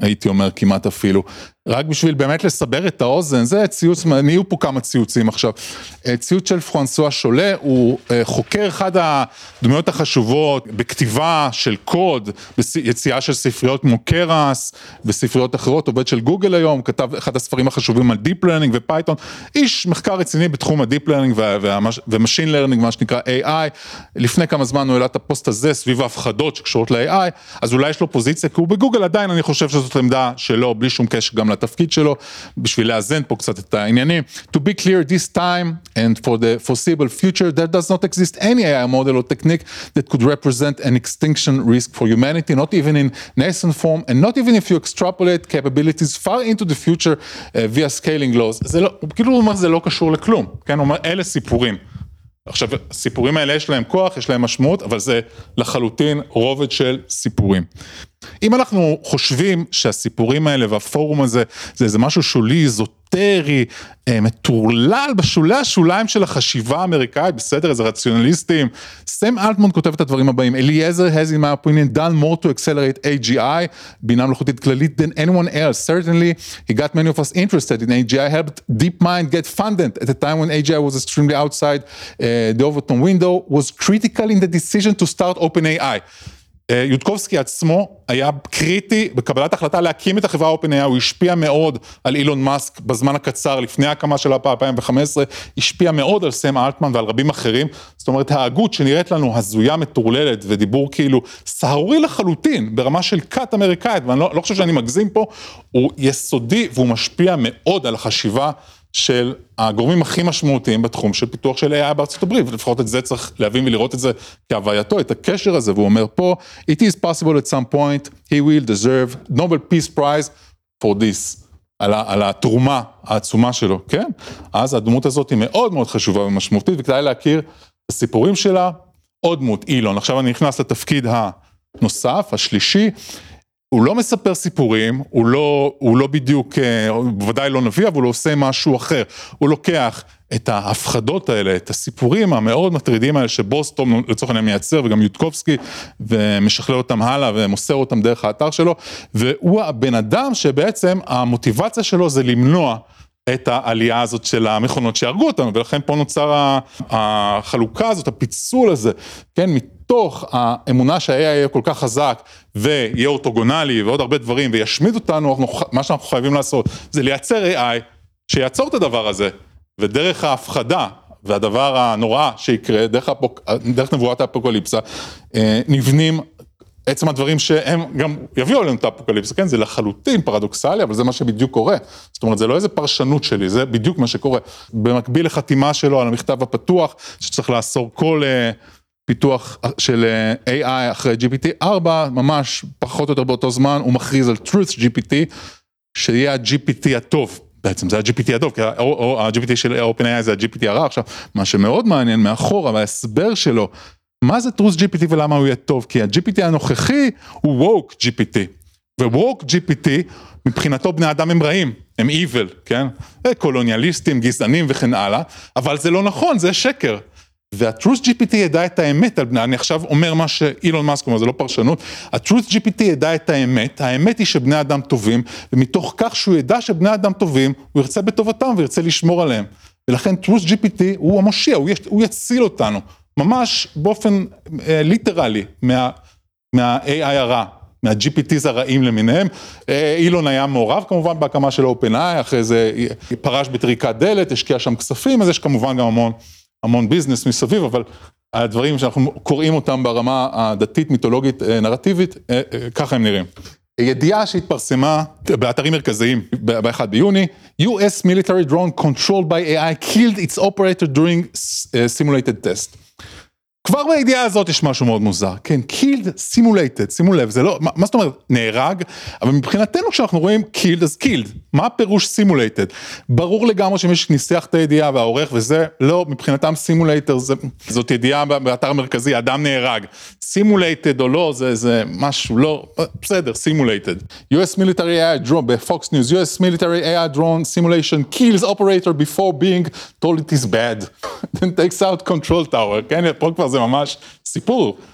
הייתי אומר כמעט אפילו, רק בשביל באמת לסבר את האוזן, זה ציוץ, נהיו פה כמה ציוצים עכשיו, ציוץ של פרנסואה שולה, הוא חוקר אחד הדמויות החשובות בכתיבה של קוד, ביציאה של ספריות כמו קרס, בספריות אחרות, עובד של גוגל היום, כתב אחד הספרים החשובים על Deep Learning ופייתון, איש מחקר רציני בתחום ה-Deep Learning ו-Machine Learning, מה שנקרא איי איי, לפני כמה זמן הוא העלה את הפוסט הזה, סביב ההפחדות שקשורות ל-איי איי, אז אולי יש לו פוזיציה, כי הוא בגוגל עדיין, אני חושב שזאת עמדה שלו, בלי שום קשר גם לתפקיד שלו, בשביל לאזן פה קצת את העניינים. To be clear, this time and for the foreseeable future, there does not exist any איי איי model or technique that could represent an extinction risk for humanity, not even in nascent form, and not even if you extrapolate capabilities far into the future uh, via scaling laws. זה לא, כאילו הוא אומר, זה לא קשור לכלום, כן? הוא אומר, אלה סיפורים. עכשיו, הסיפורים האלה יש להם כוח, יש להם משמעות, אבל זה לחלוטין רובד של סיפורים. אם אנחנו חושבים שהסיפורים האלה והפורום הזה, זה איזה משהו שולי, איזוטרי, מטורלל בשולי השוליים של החשיבה האמריקאית, בסדר, איזה רציונליסטים. סם אלטמן כותב את הדברים הבאים, Eliezer has in my opinion done more to accelerate איי ג'י איי, בינה מלאכותית כללית, than anyone else. Certainly, he got many of us interested in איי ג'י איי, helped DeepMind get funded at a time when איי ג'י איי was extremely outside uh, the Overton window, was critical in the decision to start OpenAI. יודקובסקי עצמו היה קריטי בקבלת החלטה להקים את החברה OpenAI, הוא השפיע מאוד על אילון מאסק בזמן הקצר לפני ההקמה שלה ב-אלפיים וחמש עשרה, השפיע מאוד על סם אלטמן ועל רבים אחרים, זאת אומרת ההגות שנראית לנו הזויה מטורללת ודיבור כאילו סהרורי לחלוטין ברמה של קאט אמריקאית, ואני לא, לא חושב שאני מגזים פה, הוא יסודי והוא משפיע מאוד על החשיבה של הגורמים הכי משמעותיים בתחום של פיתוח של איי איי בארצות הברית, ולפחות את זה צריך להבין ולראות את זה כהווייתו, את הקשר הזה, והוא אומר פה, it is possible at some point, he will deserve Nobel Peace Prize for this, על, על התרומה העצומה שלו, כן? אז הדמות הזאת היא מאוד מאוד חשובה ומשמעותית, וכדאי להכיר את הסיפורים שלה, עוד דמות, אילון, עכשיו אני נכנס לתפקיד הנוסף, השלישי, הוא לא מספר סיפורים, הוא לא, הוא לא בדיוק, הוא בוודאי לא נביא, אבל הוא עושה משהו אחר. הוא לוקח את ההפחדות האלה, את הסיפורים המאוד מטרידים האלה, שבוסטום לצורך העניין מייצר, וגם יודקובסקי, ומשכלל אותם הלאה, ומוסר אותם דרך האתר שלו, והוא הבן אדם שבעצם המוטיבציה שלו זה למנוע את העלייה הזאת של המכונות שיהרגו אותנו, ולכן פה נוצר החלוקה הזאת, הפיצול הזה, כן, מתוך האמונה שה-איי איי יהיה כל כך חזק, ויהיה אורתוגונלי, ועוד הרבה דברים, וישמיד אותנו, מה שאנחנו חייבים לעשות, זה לייצר איי איי, שיעצור את הדבר הזה, ודרך ההפחדה, והדבר הנורא שיקרה, דרך, הפוק, דרך נבואת האפוקליפסה, נבנים עצם הדברים שהם גם יביאו עלינו את האפוקליפסה, כן, זה לחלוטין פרדוקסלי, אבל זה מה שבדיוק קורה. זאת אומרת, זה לא איזה פרשנות שלי, זה בדיוק מה שקורה. במקביל לחתימה שלו על המכתב הפתוח, שצריך לאסור כל uh, פיתוח של uh, איי איי אחרי ג'י פי טי ארבע, ממש פחות או יותר באותו זמן, הוא מכריז על Truth ג'י פי טי, שיהיה ה-ג'י פי טי הטוב. בעצם זה ה-ג'י פי טי הטוב, כי ה-ג'י פי טי של OpenAI זה ה-ג'י פי טי הרע. עכשיו, מה שמאוד מעניין מאחורה, וההסבר שלו, מה זה Truth ג'י פי טי ולמה הוא יהיה טוב? כי ה-ג'י פי טי הנוכחי הוא Woke ג'י פי טי, ו-Woke ג'י פי טי מבחינתו בני אדם הם רעים, הם evil, כן? קולוניאליסטים, גזענים וכן הלאה, אבל זה לא נכון, זה שקר. וה-Truth ג'י פי טי ידע את האמת על בני, אני עכשיו אומר מה שאילון מאסק אומר, זה לא פרשנות, ה-Truth ג'י פי טי ידע את האמת, האמת היא שבני אדם טובים, ומתוך כך שהוא ידע שבני אדם טובים, הוא ירצה בטובתם וירצה לשמור עליהם. ולכן Truth ג'י פי טי הוא המושיע, הוא, יש, הוא יציל אותנו. ממש באופן אה, ליטרלי מה, מה-איי איי הרע, מה-ג'י פי טיז הרעים למיניהם. אה, אילון היה מעורב כמובן בהקמה של OpenAI, אחרי זה פרש בטריקת דלת, השקיע שם כספים, אז יש כמובן גם המון, המון ביזנס מסביב, אבל הדברים שאנחנו קוראים אותם ברמה הדתית, מיתולוגית, אה, נרטיבית, אה, אה, ככה הם נראים. ידיעה שהתפרסמה באתרים מרכזיים ב-אחד ביוני, יו אס military drone controlled by איי איי killed its operator during simulated test. כבר בידיעה הזאת יש משהו מאוד מוזר, כן, killed, simulated, שימו לב, זה לא, מה, מה זאת אומרת, נהרג, אבל מבחינתנו כשאנחנו רואים killed, אז killed, מה הפירוש simulated? ברור לגמרי שמי שניסח את הידיעה והעורך וזה, לא, מבחינתם simulator, זה, זאת ידיעה באתר המרכזי, אדם נהרג, simulated או לא, זה, זה משהו, לא, בסדר, simulated. יו אס military איי איי drone, ב-Fox News, יו אס military איי איי drone simulation kills operator before being told it is bad, then takes out control tower, כן, פה כבר זה ממש סיפור,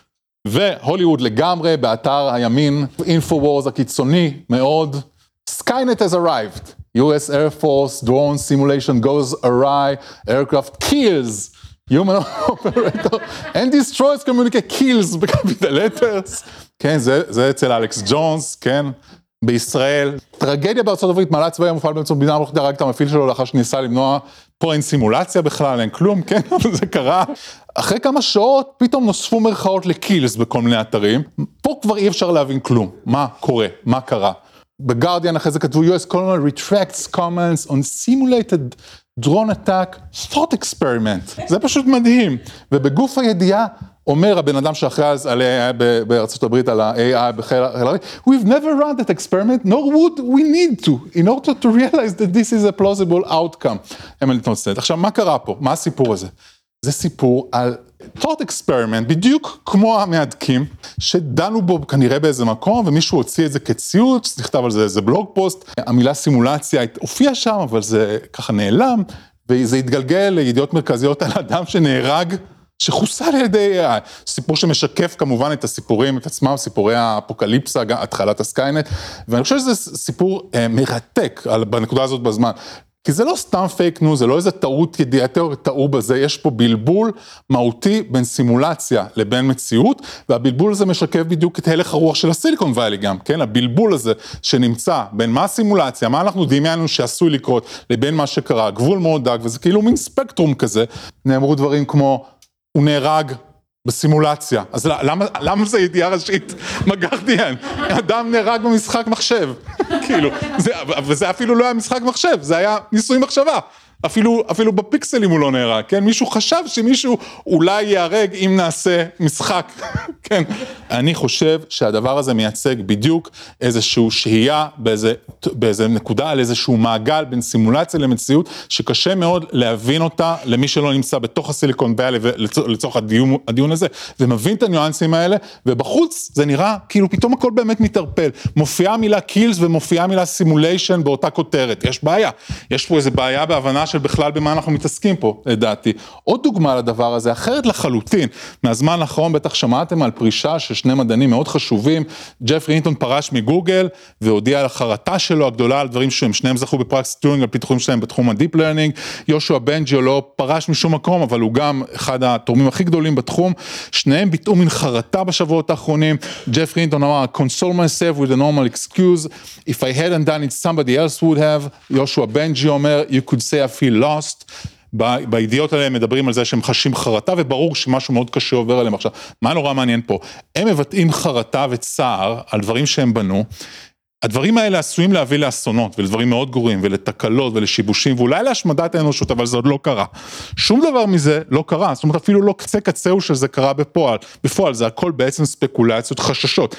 והוליווד לגמרי, באתר הימין, אינפוורס הקיצוני מאוד, Skynet has arrived. U S Air Force drone simulation goes awry, aircraft kills human operator and destroys communicate kills בקפיטל letters. כן, זה, זה אצל אלכס ג'ונס, כן, בישראל. טרגדיה בארצות הברית, מעלה צבאי המופעל באמצעות בינה מלאכותית הרג את המפעיל שלו לאחר שניסה למנוע, פה אין סימולציה בכלל, אין כלום, כן, אבל זה קרה. אחרי כמה שעות פתאום נוספו מרכאות לקילס בכל מיני אתרים, פה כבר אי אפשר להבין כלום, מה קורה, מה קרה. בגרדיאן אחרי זה כתבו U S Colonel retracts comments on simulated drone attack thought experiment. זה פשוט מדהים. ובגוף הידיעה אומר הבן אדם שאחרי אז על A I בארצות הברית, על ה-A I בחיל האוויר, we've never run that experiment, nor would we need to, in order to realize that this is a plausible outcome. אמילי טונסטנט. עכשיו, מה קרה פה? מה הסיפור הזה? זה סיפור על thought experiment, בדיוק כמו המהדקים, שדנו בו כנראה באיזה מקום, ומישהו הוציא את זה כציוץ, נכתב על זה איזה בלוג פוסט, המילה סימולציה הופיעה שם, אבל זה ככה נעלם, וזה התגלגל לידיעות מרכזיות על אדם שנהרג, שחוסל על ידי A I, סיפור שמשקף כמובן את הסיפורים, את עצמם, סיפורי האפוקליפסה, התחלת הסקיינט, ואני חושב שזה סיפור מרתק בנקודה הזאת בזמן, כי זה לא סתם פייק ניוז, זה לא איזה טעות ידיעתי או טעות בזה, יש פה בלבול מהותי בין סימולציה לבין מציאות, והבלבול הזה משקף בדיוק את הלך הרוח של הסיליקון ואלי גם, כן? הבלבול הזה שנמצא בין מה הסימולציה, מה אנחנו דמיינו שעשוי לקרות, לבין מה שקרה, גבול מאוד דק, וזה כאילו מין ספקטרום כזה, נאמרו דברים כמו, הוא נהרג בסימולציה, אז למה, למה זה ידיעה ראשית? מגרדיאן, אדם נהרג במשחק מחשב, כאילו, זה, וזה אפילו לא היה משחק מחשב, זה היה ניסוי מחשבה, אפילו, אפילו בפיקסלים הוא לא נהרג, כן? מישהו חשב שמישהו אולי יהרג אם נעשה משחק, כן? אני חושב שהדבר הזה מייצג בדיוק איזשהו שהייה באיזה, באיזה נקודה, על איזשהו מעגל בין סימולציה למציאות, שקשה מאוד להבין אותה למי שלא נמצא בתוך הסיליקון ואלי ולצורך הדיון, הדיון הזה, ומבין את הניואנסים האלה, ובחוץ זה נראה כאילו פתאום הכל באמת מתערפל, מופיעה מילה קילס ומופיעה מילה סימוליישן באותה כותרת, יש בעיה, יש פה איזו בעיה בהבנה של בכלל במה אנחנו מתעסקים פה, לדעתי. עוד דוגמה לדבר הזה, אחרת לחלוטין, מהזמן האחרון בטח שמעתם על פרישה של שני מדענים מאוד חשובים, ג'פרי הינטון פרש מגוגל, והודיע על החרטה שלו הגדולה על דברים שהם שניהם זכו בפרס טיורינג, על פיתוחים שלהם בתחום הדיפ לרנינג, יושוע בנג'יו לא פרש משום מקום, אבל הוא גם אחד התורמים הכי גדולים בתחום, שניהם ביטאו מן חרטה בשבועות האחרונים, ג'פרי הינטון אמר, console myself with a normal excuse, if I hadn't done it somebody else would have, יושוע בנג'יו אומר, you could say I feel lost, בידיעות האלה מדברים על זה שהם חשים חרטה, וברור שמשהו מאוד קשה עובר עליהם עכשיו. מה נורא מעניין פה? הם מבטאים חרטה וצער על דברים שהם בנו, הדברים האלה עשויים להביא לאסונות, ולדברים מאוד גרועים, ולתקלות, ולשיבושים, ואולי להשמדת האנושות, אבל זה עוד לא קרה. שום דבר מזה לא קרה, זאת אומרת, אפילו לא קצה קצהו שזה קרה בפועל. בפועל זה הכל בעצם ספקולציות, חששות.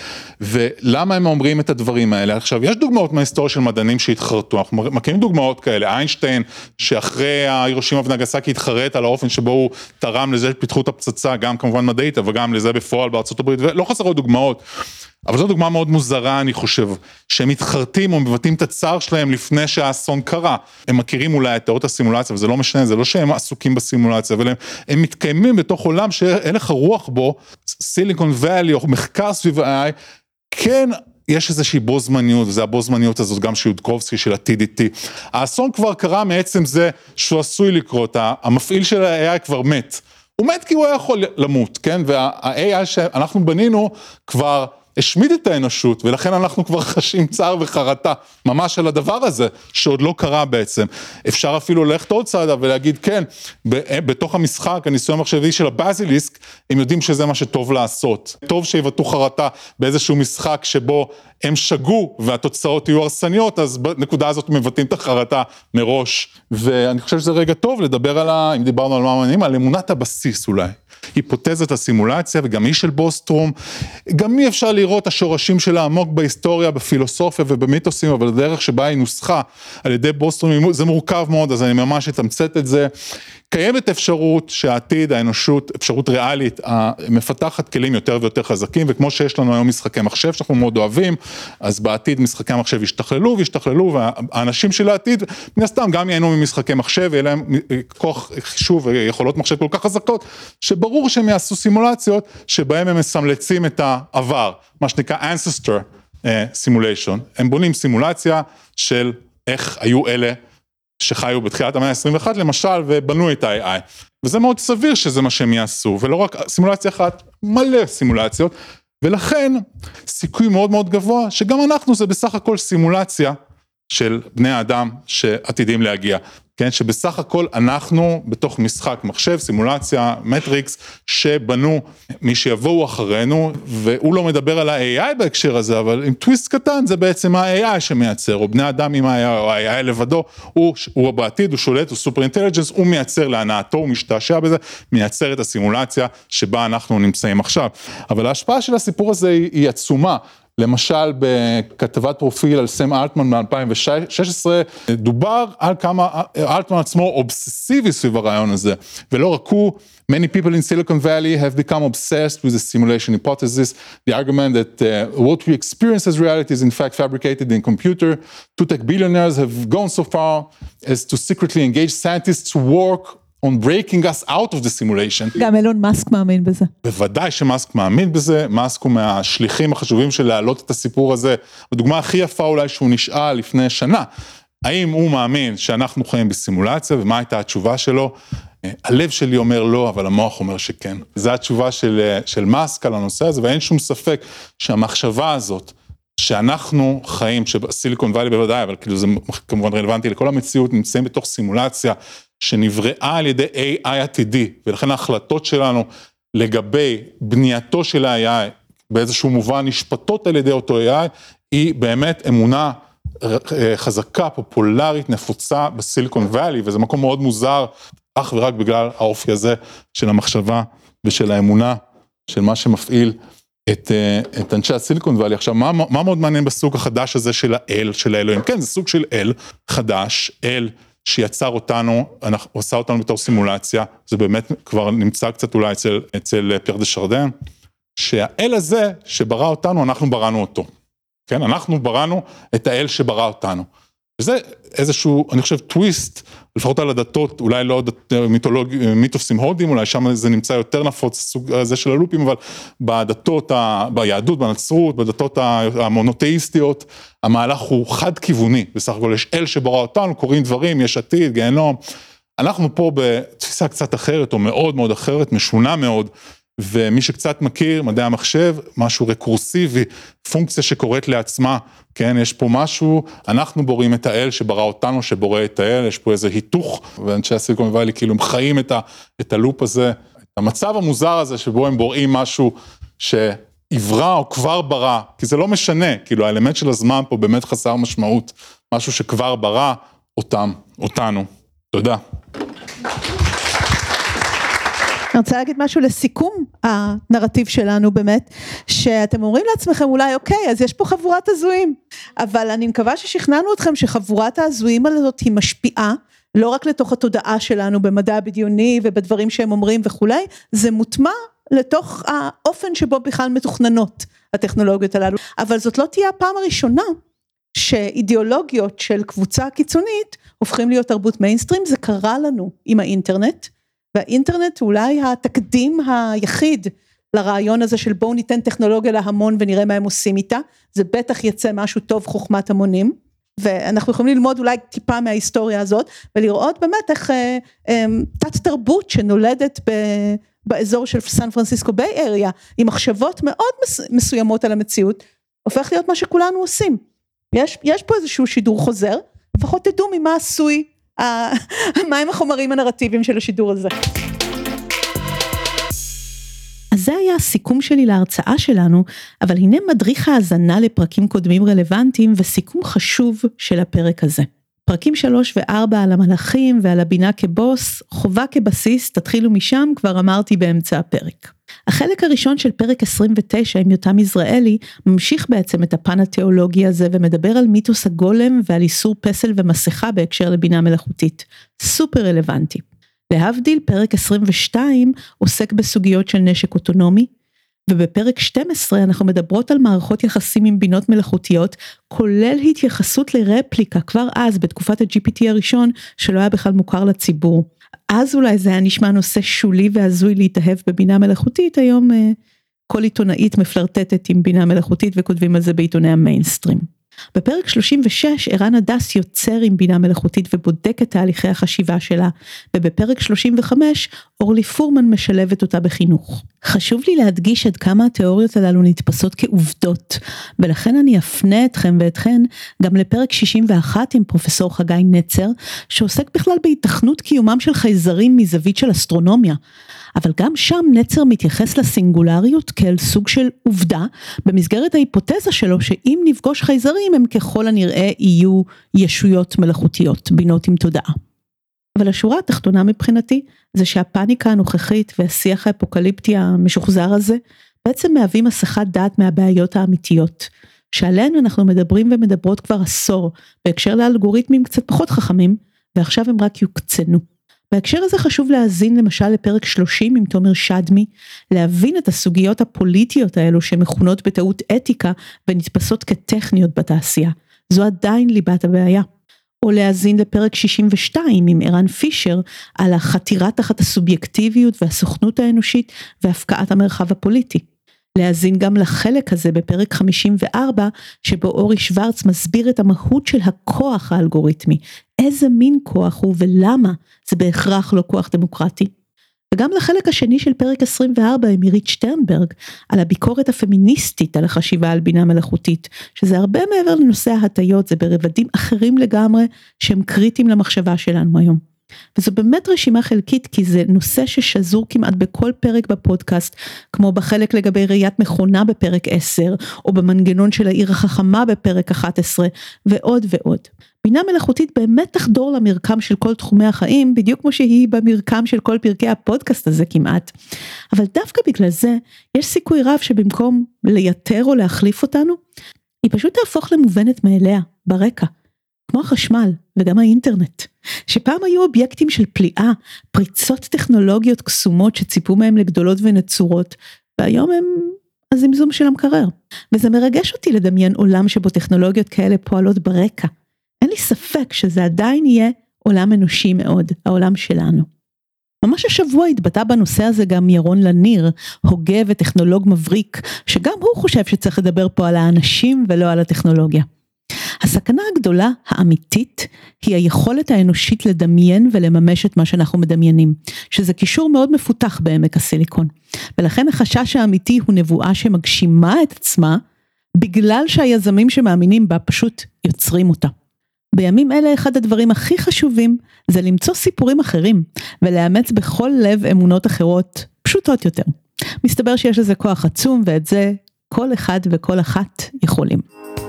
ולמה הם אומרים את הדברים האלה? עכשיו, יש דוגמאות מההיסטוריה של מדענים שהתחרטו, אנחנו מכירים דוגמאות כאלה, איינשטיין, שאחרי הירושימה ונגסקי התחרט על האופן שבו הוא תרם לזה שפיתחו את הפצצה, גם כמובן מדעית, אבל גם לזה בפועל בארצות הברית, ולא חסרות דוגמאות. אבל זו דוגמה מאוד מוזרה, אני חושב, שהם מתחרטים או מבטאים את הצער שלהם לפני שהאסון קרה. הם מכירים אולי את תיאוריות הסימולציה, וזה לא משנה, זה לא שהם עסוקים בסימולציה, אבל הם, הם מתקיימים בתוך עולם שהלך הרוח בו, סיליקון ואלי או מחקר סביב ה-איי איי, כן יש איזושהי בו זמניות, וזה הבו זמניות הזאת גם של יודקובסקי, של ה-טי די טי. האסון כבר קרה מעצם זה שהוא עשוי לקרות, המפעיל של ה-איי איי כבר מת. הוא מת כי הוא היה יכול למות, כן? וה-איי איי שאנחנו בנינו כבר השמיד את האנושות, ולכן אנחנו כבר חשים צער וחרטה, ממש על הדבר הזה, שעוד לא קרה בעצם. אפשר אפילו ללכת עוד צעדה ולהגיד, כן, בתוך המשחק, הניסוי המחשבי של הבאזיליסק, הם יודעים שזה מה שטוב לעשות. טוב שיבטאו חרטה באיזשהו משחק שבו הם שגו, והתוצאות יהיו הרסניות, אז בנקודה הזאת מבטאים את החרטה מראש. ואני חושב שזה רגע טוב לדבר על, ה, אם דיברנו על מה מעניינים, על אמונת הבסיס אולי. היפותזת הסימולציה, וגם היא של בוסטרום, גם מי אפשר לראות השורשים שלה עמוק בהיסטוריה, בפילוסופיה ובמיתוסים, אבל הדרך שבה היא נוסחה על ידי בוסטרום, זה מורכב מאוד, אז אני ממש אתמצת את זה. קיימת אפשרות שהעתיד, האנושות, אפשרות ריאלית, מפתחת כלים יותר ויותר חזקים, וכמו שיש לנו היום משחקי מחשב שאנחנו מאוד אוהבים, אז בעתיד משחקי המחשב ישתכללו וישתכללו, והאנשים של העתיד, מן הסתם גם ייהנו ממשחקי מחשב, יהיה להם כוח חישוב ויכולות מחשב כל כך חזקות, שברור ברור שהם יעשו סימולציות שבהם הם מסמלצים את העבר, מה שנקרא ancestor simulation, הם בונים סימולציה של איך היו אלה שחיו בתחילת המאה ה-עשרים ואחת למשל, ובנו את ה-איי איי, וזה מאוד סביר שזה מה שהם יעשו, ולא רק סימולציה אחת, מלא סימולציות, ולכן סיכוי מאוד מאוד גבוה, שגם אנחנו זה בסך הכל סימולציה של בני האדם שעתידים להגיע, כן? שבסך הכל אנחנו בתוך משחק מחשב, סימולציה, מטריקס, שבנו מי שיבואו אחרינו, והוא לא מדבר על ה-איי איי בהקשר הזה, אבל עם טוויסט קטן זה בעצם ה-איי איי שמייצר, או בני אדם עם ה-איי איי, או ה-איי איי לבדו, הוא, הוא בעתיד, הוא שולט, הוא סופר אינטליג'נס, הוא מייצר להנאתו, הוא משתעשע בזה, מייצר את הסימולציה שבה אנחנו נמצאים עכשיו. אבל ההשפעה של הסיפור הזה היא, היא עצומה, למשל בכתבת פרופיל על סם אלטמן ב-אלפיים ושש עשרה, דובר על כמה אלטמן עצמו אובססיבי סביב הרעיון הזה, ולא רק הוא, many people in Silicon Valley have become obsessed with the simulation hypothesis, the argument that uh, what we experience as reality is in fact fabricated in computer. Two tech billionaires have gone so far as to secretly engage scientists to work on breaking us out of the simulation. גם אילון מאסק מאמין בזה. בוודאי שמאסק מאמין בזה, מאסק הוא מהשליחים החשובים של להעלות את הסיפור הזה, הדוגמה הכי יפה אולי שהוא נשאל לפני שנה, האם הוא מאמין שאנחנו חיים בסימולציה, ומה הייתה התשובה שלו? הלב שלי אומר לא, אבל המוח אומר שכן. זו התשובה של, של מאסק על הנושא הזה, ואין שום ספק שהמחשבה הזאת, שאנחנו חיים, שבסיליקון ואלי בוודאי, אבל כאילו זה כמובן רלוונטי לכל המציאות, נמצאים בתוך סימולציה, שנבראה על ידי איי איי עתידי, ולכן ההחלטות שלנו לגבי בנייתו של ה-איי איי, באיזשהו מובן נשפטות על ידי אותו איי איי, היא באמת אמונה חזקה, פופולרית, נפוצה בסיליקון ואלי, וזה מקום מאוד מוזר, אך ורק בגלל האופי הזה של המחשבה ושל האמונה, של מה שמפעיל את, את אנשי הסיליקון ואלי. עכשיו, מה, מה מאוד מעניין בסוג החדש הזה של האל, של האלוהים? כן, זה סוג של אל חדש, אל שיצר אותנו, עושה אותנו בתור סימולציה, זה באמת כבר נמצא קצת אולי אצל, אצל פייר דה שרדן, שהאל הזה שברא אותנו, אנחנו בראנו אותו. כן, אנחנו בראנו את האל שברא אותנו. וזה איזשהו, אני חושב, טוויסט, לפחות על הדתות, אולי לא מיתולוג, מיתוסים הודים, אולי שם זה נמצא יותר נפוץ, סוג הזה של הלופים, אבל בדתות, ביהדות, בנצרות, בדתות המונותאיסטיות, המהלך הוא חד כיווני, בסך הכל יש אל שברא אותנו, קוראים דברים, יש עתיד, גיהנום, אנחנו פה בתפיסה קצת אחרת, או מאוד מאוד אחרת, משונה מאוד, ומי שקצת מכיר, מדעי המחשב, משהו רקורסיבי, פונקציה שקורית לעצמה, כן, יש פה משהו, אנחנו בוראים את האל שברא אותנו, שבורא את האל, יש פה איזה היתוך, ואנשי הסיליקון ואלי כאילו הם חיים את, ה, את הלופ הזה, את המצב המוזר הזה, שבו הם בוראים משהו שעברה או כבר ברא, כי זה לא משנה, כאילו האלמנט של הזמן פה באמת חסר משמעות, משהו שכבר ברא אותם, אותנו. תודה. אני רוצה להגיד משהו לסיכום הנרטיב שלנו באמת, שאתם אומרים לעצמכם אולי אוקיי, אז יש פה חבורת הזויים, אבל אני מקווה ששכנענו אתכם שחבורת הזויים הזאת היא משפיעה, לא רק לתוך התודעה שלנו במדע הבדיוני ובדברים שהם אומרים וכולי, זה מוטמע לתוך האופן שבו בכלל מתוכננות הטכנולוגיות הללו, אבל זאת לא תהיה הפעם הראשונה שאידיאולוגיות של קבוצה קיצונית הופכים להיות תרבות מיינסטרים, זה קרה לנו עם האינטרנט, והאינטרנט אולי התקדים היחיד לרעיון הזה של בואו ניתן טכנולוגיה להמון ונראה מה הם עושים איתה, זה בטח יצא משהו טוב חוכמת המונים, ואנחנו יכולים ללמוד אולי טיפה מההיסטוריה הזאת, ולראות באמת איך אה, אה, תת תרבות שנולדת ב, באזור של סן פרנסיסקו ביי אריה, עם מחשבות מאוד מס, מסוימות על המציאות, הופך להיות מה שכולנו עושים. יש, יש פה איזשהו שידור חוזר, לפחות תדעו ממה עשוי, מהם החומרים הנרטיביים של השידור הזה. אז זה היה הסיכום שלי להרצאה שלנו, אבל הנה מדריך האזנה לפרקים קודמים רלוונטיים וסיכום חשוב של הפרק הזה. פרקים שלוש וארבע על המלאכים ועל הבינה כבוס, חובה כבסיס, תתחילו משם, כבר אמרתי באמצע הפרק. החלק הראשון של פרק עשרים ותשע עם יותם יזרעאלי, ממשיך בעצם את הפן התיאולוגי הזה, ומדבר על מיתוס הגולם ועל איסור פסל ומסכה בהקשר לבינה מלאכותית. סופר רלוונטי. להבדיל, פרק עשרים ושתיים עוסק בסוגיות של נשק אוטונומי, ובפרק שתים עשרה אנחנו מדברות על מערכות יחסים עם בינות מלאכותיות, כולל התייחסות לרפליקה כבר אז בתקופת ה-ג'י פי טי הראשון, שלא היה בכלל מוכר לציבור. אז אולי זה היה נשמע נושא שולי והזוי להתאהב בבינה מלאכותית, היום כל עיתונאית מפלרטטת עם בינה מלאכותית וכותבים על זה בעיתוני המיינסטרים. בפרק שלושים ושש ערן הדס יוצר עם בינה מלאכותית ובודק את תהליכי החשיבה שלה, ובפרק שלושים וחמש אורלי פורמן משלבת אותה בחינוך. חשוב לי להדגיש עד כמה התיאוריות הללו נתפסות כעובדות, ולכן אני אפנה אתכם ואתכן גם לפרק שישים ואחת עם פרופסור חגי נצר, שעוסק בכלל בהיתכנות קיומם של חייזרים מזווית של אסטרונומיה. אבל גם שם נצר מתייחס לסינגולריות כאל סוג של עובדה, במסגרת ההיפותזה שלו שאם נפגוש חייזרים הם ככל הנראה יהיו ישויות מלאכותיות, בינות עם תודעה. אבל השורה התחתונה מבחינתי זה שהפאניקה הנוכחית והשיח האפוקליפטי המשוחזר הזה בעצם מהווים הסחת דעת מהבעיות האמיתיות, שעליהן אנחנו מדברים ומדברות כבר עשור, בהקשר לאלגוריתמים קצת פחות חכמים, ועכשיו הם רק יוקצנו. בהקשר הזה חשוב להאזין למשל לפרק שלושים עם תומר שדמי, להבין את הסוגיות הפוליטיות האלו שמכונות בטעות אתיקה ונתפסות כטכניות בתעשייה. זו עדיין ליבת הבעיה. או להאזין לפרק שישים ושתיים עם ערן פישר על החתירה תחת הסובייקטיביות והסוכנות האנושית והפקעת המרחב הפוליטי. להאזין גם לחלק הזה בפרק חמישים וארבע, שבו אורי שוורץ מסביר את המהות של הכוח האלגוריתמי, איזה מין כוח הוא ולמה זה בהכרח לא כוח דמוקרטי. וגם לחלק השני של פרק עשרים וארבע עם עירית שטרנברג, על הביקורת הפמיניסטית על החשיבה על בינה מלאכותית, שזה הרבה מעבר לנושא ההטיות, זה ברבדים אחרים לגמרי שהם קריטיים למחשבה שלנו היום. וזו באמת רשימה חלקית, כי זה נושא ששזור כמעט בכל פרק בפודקאסט, כמו בחלק לגבי ראיית מכונה בפרק עשר, או במנגנון של העיר החכמה בפרק אחת עשרה, ועוד ועוד. בינה מלאכותית באמת תחדור למרקם של כל תחומי החיים, בדיוק כמו שהיא במרקם של כל פרקי הפודקאסט הזה כמעט. אבל דווקא בגלל זה, יש סיכוי רב שבמקום לייתר או להחליף אותנו, היא פשוט תהפוך למובנת מאליה, ברקע. כמו החשמל וגם האינטרנט, שפעם היו אובייקטים של פליאה, פריצות טכנולוגיות קסומות שציפו מהם לגדולות ונצורות, והיום הם הזמזום של המקרר. וזה מרגש אותי לדמיין עולם שבו טכנולוגיות כאלה פועלות ברקע. אין לי ספק שזה עדיין יהיה עולם אנושי מאוד, העולם שלנו. ממש השבוע התבטא בנושא הזה גם ירון לניר, הוגה וטכנולוג מבריק, שגם הוא חושב שצריך לדבר פה על האנשים ולא על הטכנולוגיה. הסכנה הגדולה האמיתית היא היכולת האנושית לדמיין ולממש את מה שאנחנו מדמיינים, שזה קישור מאוד מפותח בעמק הסיליקון, ולכן החשש האמיתי הוא נבואה שמגשימה את עצמה, בגלל שהיזמים שמאמינים בה פשוט יוצרים אותה. בימים אלה אחד הדברים הכי חשובים זה למצוא סיפורים אחרים, ולאמץ בכל לב אמונות אחרות פשוטות יותר. מסתבר שיש לזה כוח עצום, ואת זה כל אחד וכל אחת יכולים.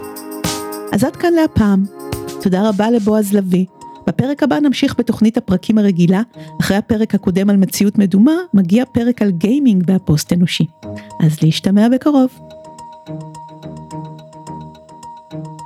אז עד כאן להפעם, תודה רבה לבועז לוי. בפרק הבא נמשיך בתוכנית הפרקים הרגילה, אחרי הפרק הקודם על מציאות מדומה, מגיע פרק על גיימינג והפוסט אנושי. אז להשתמע בקרוב.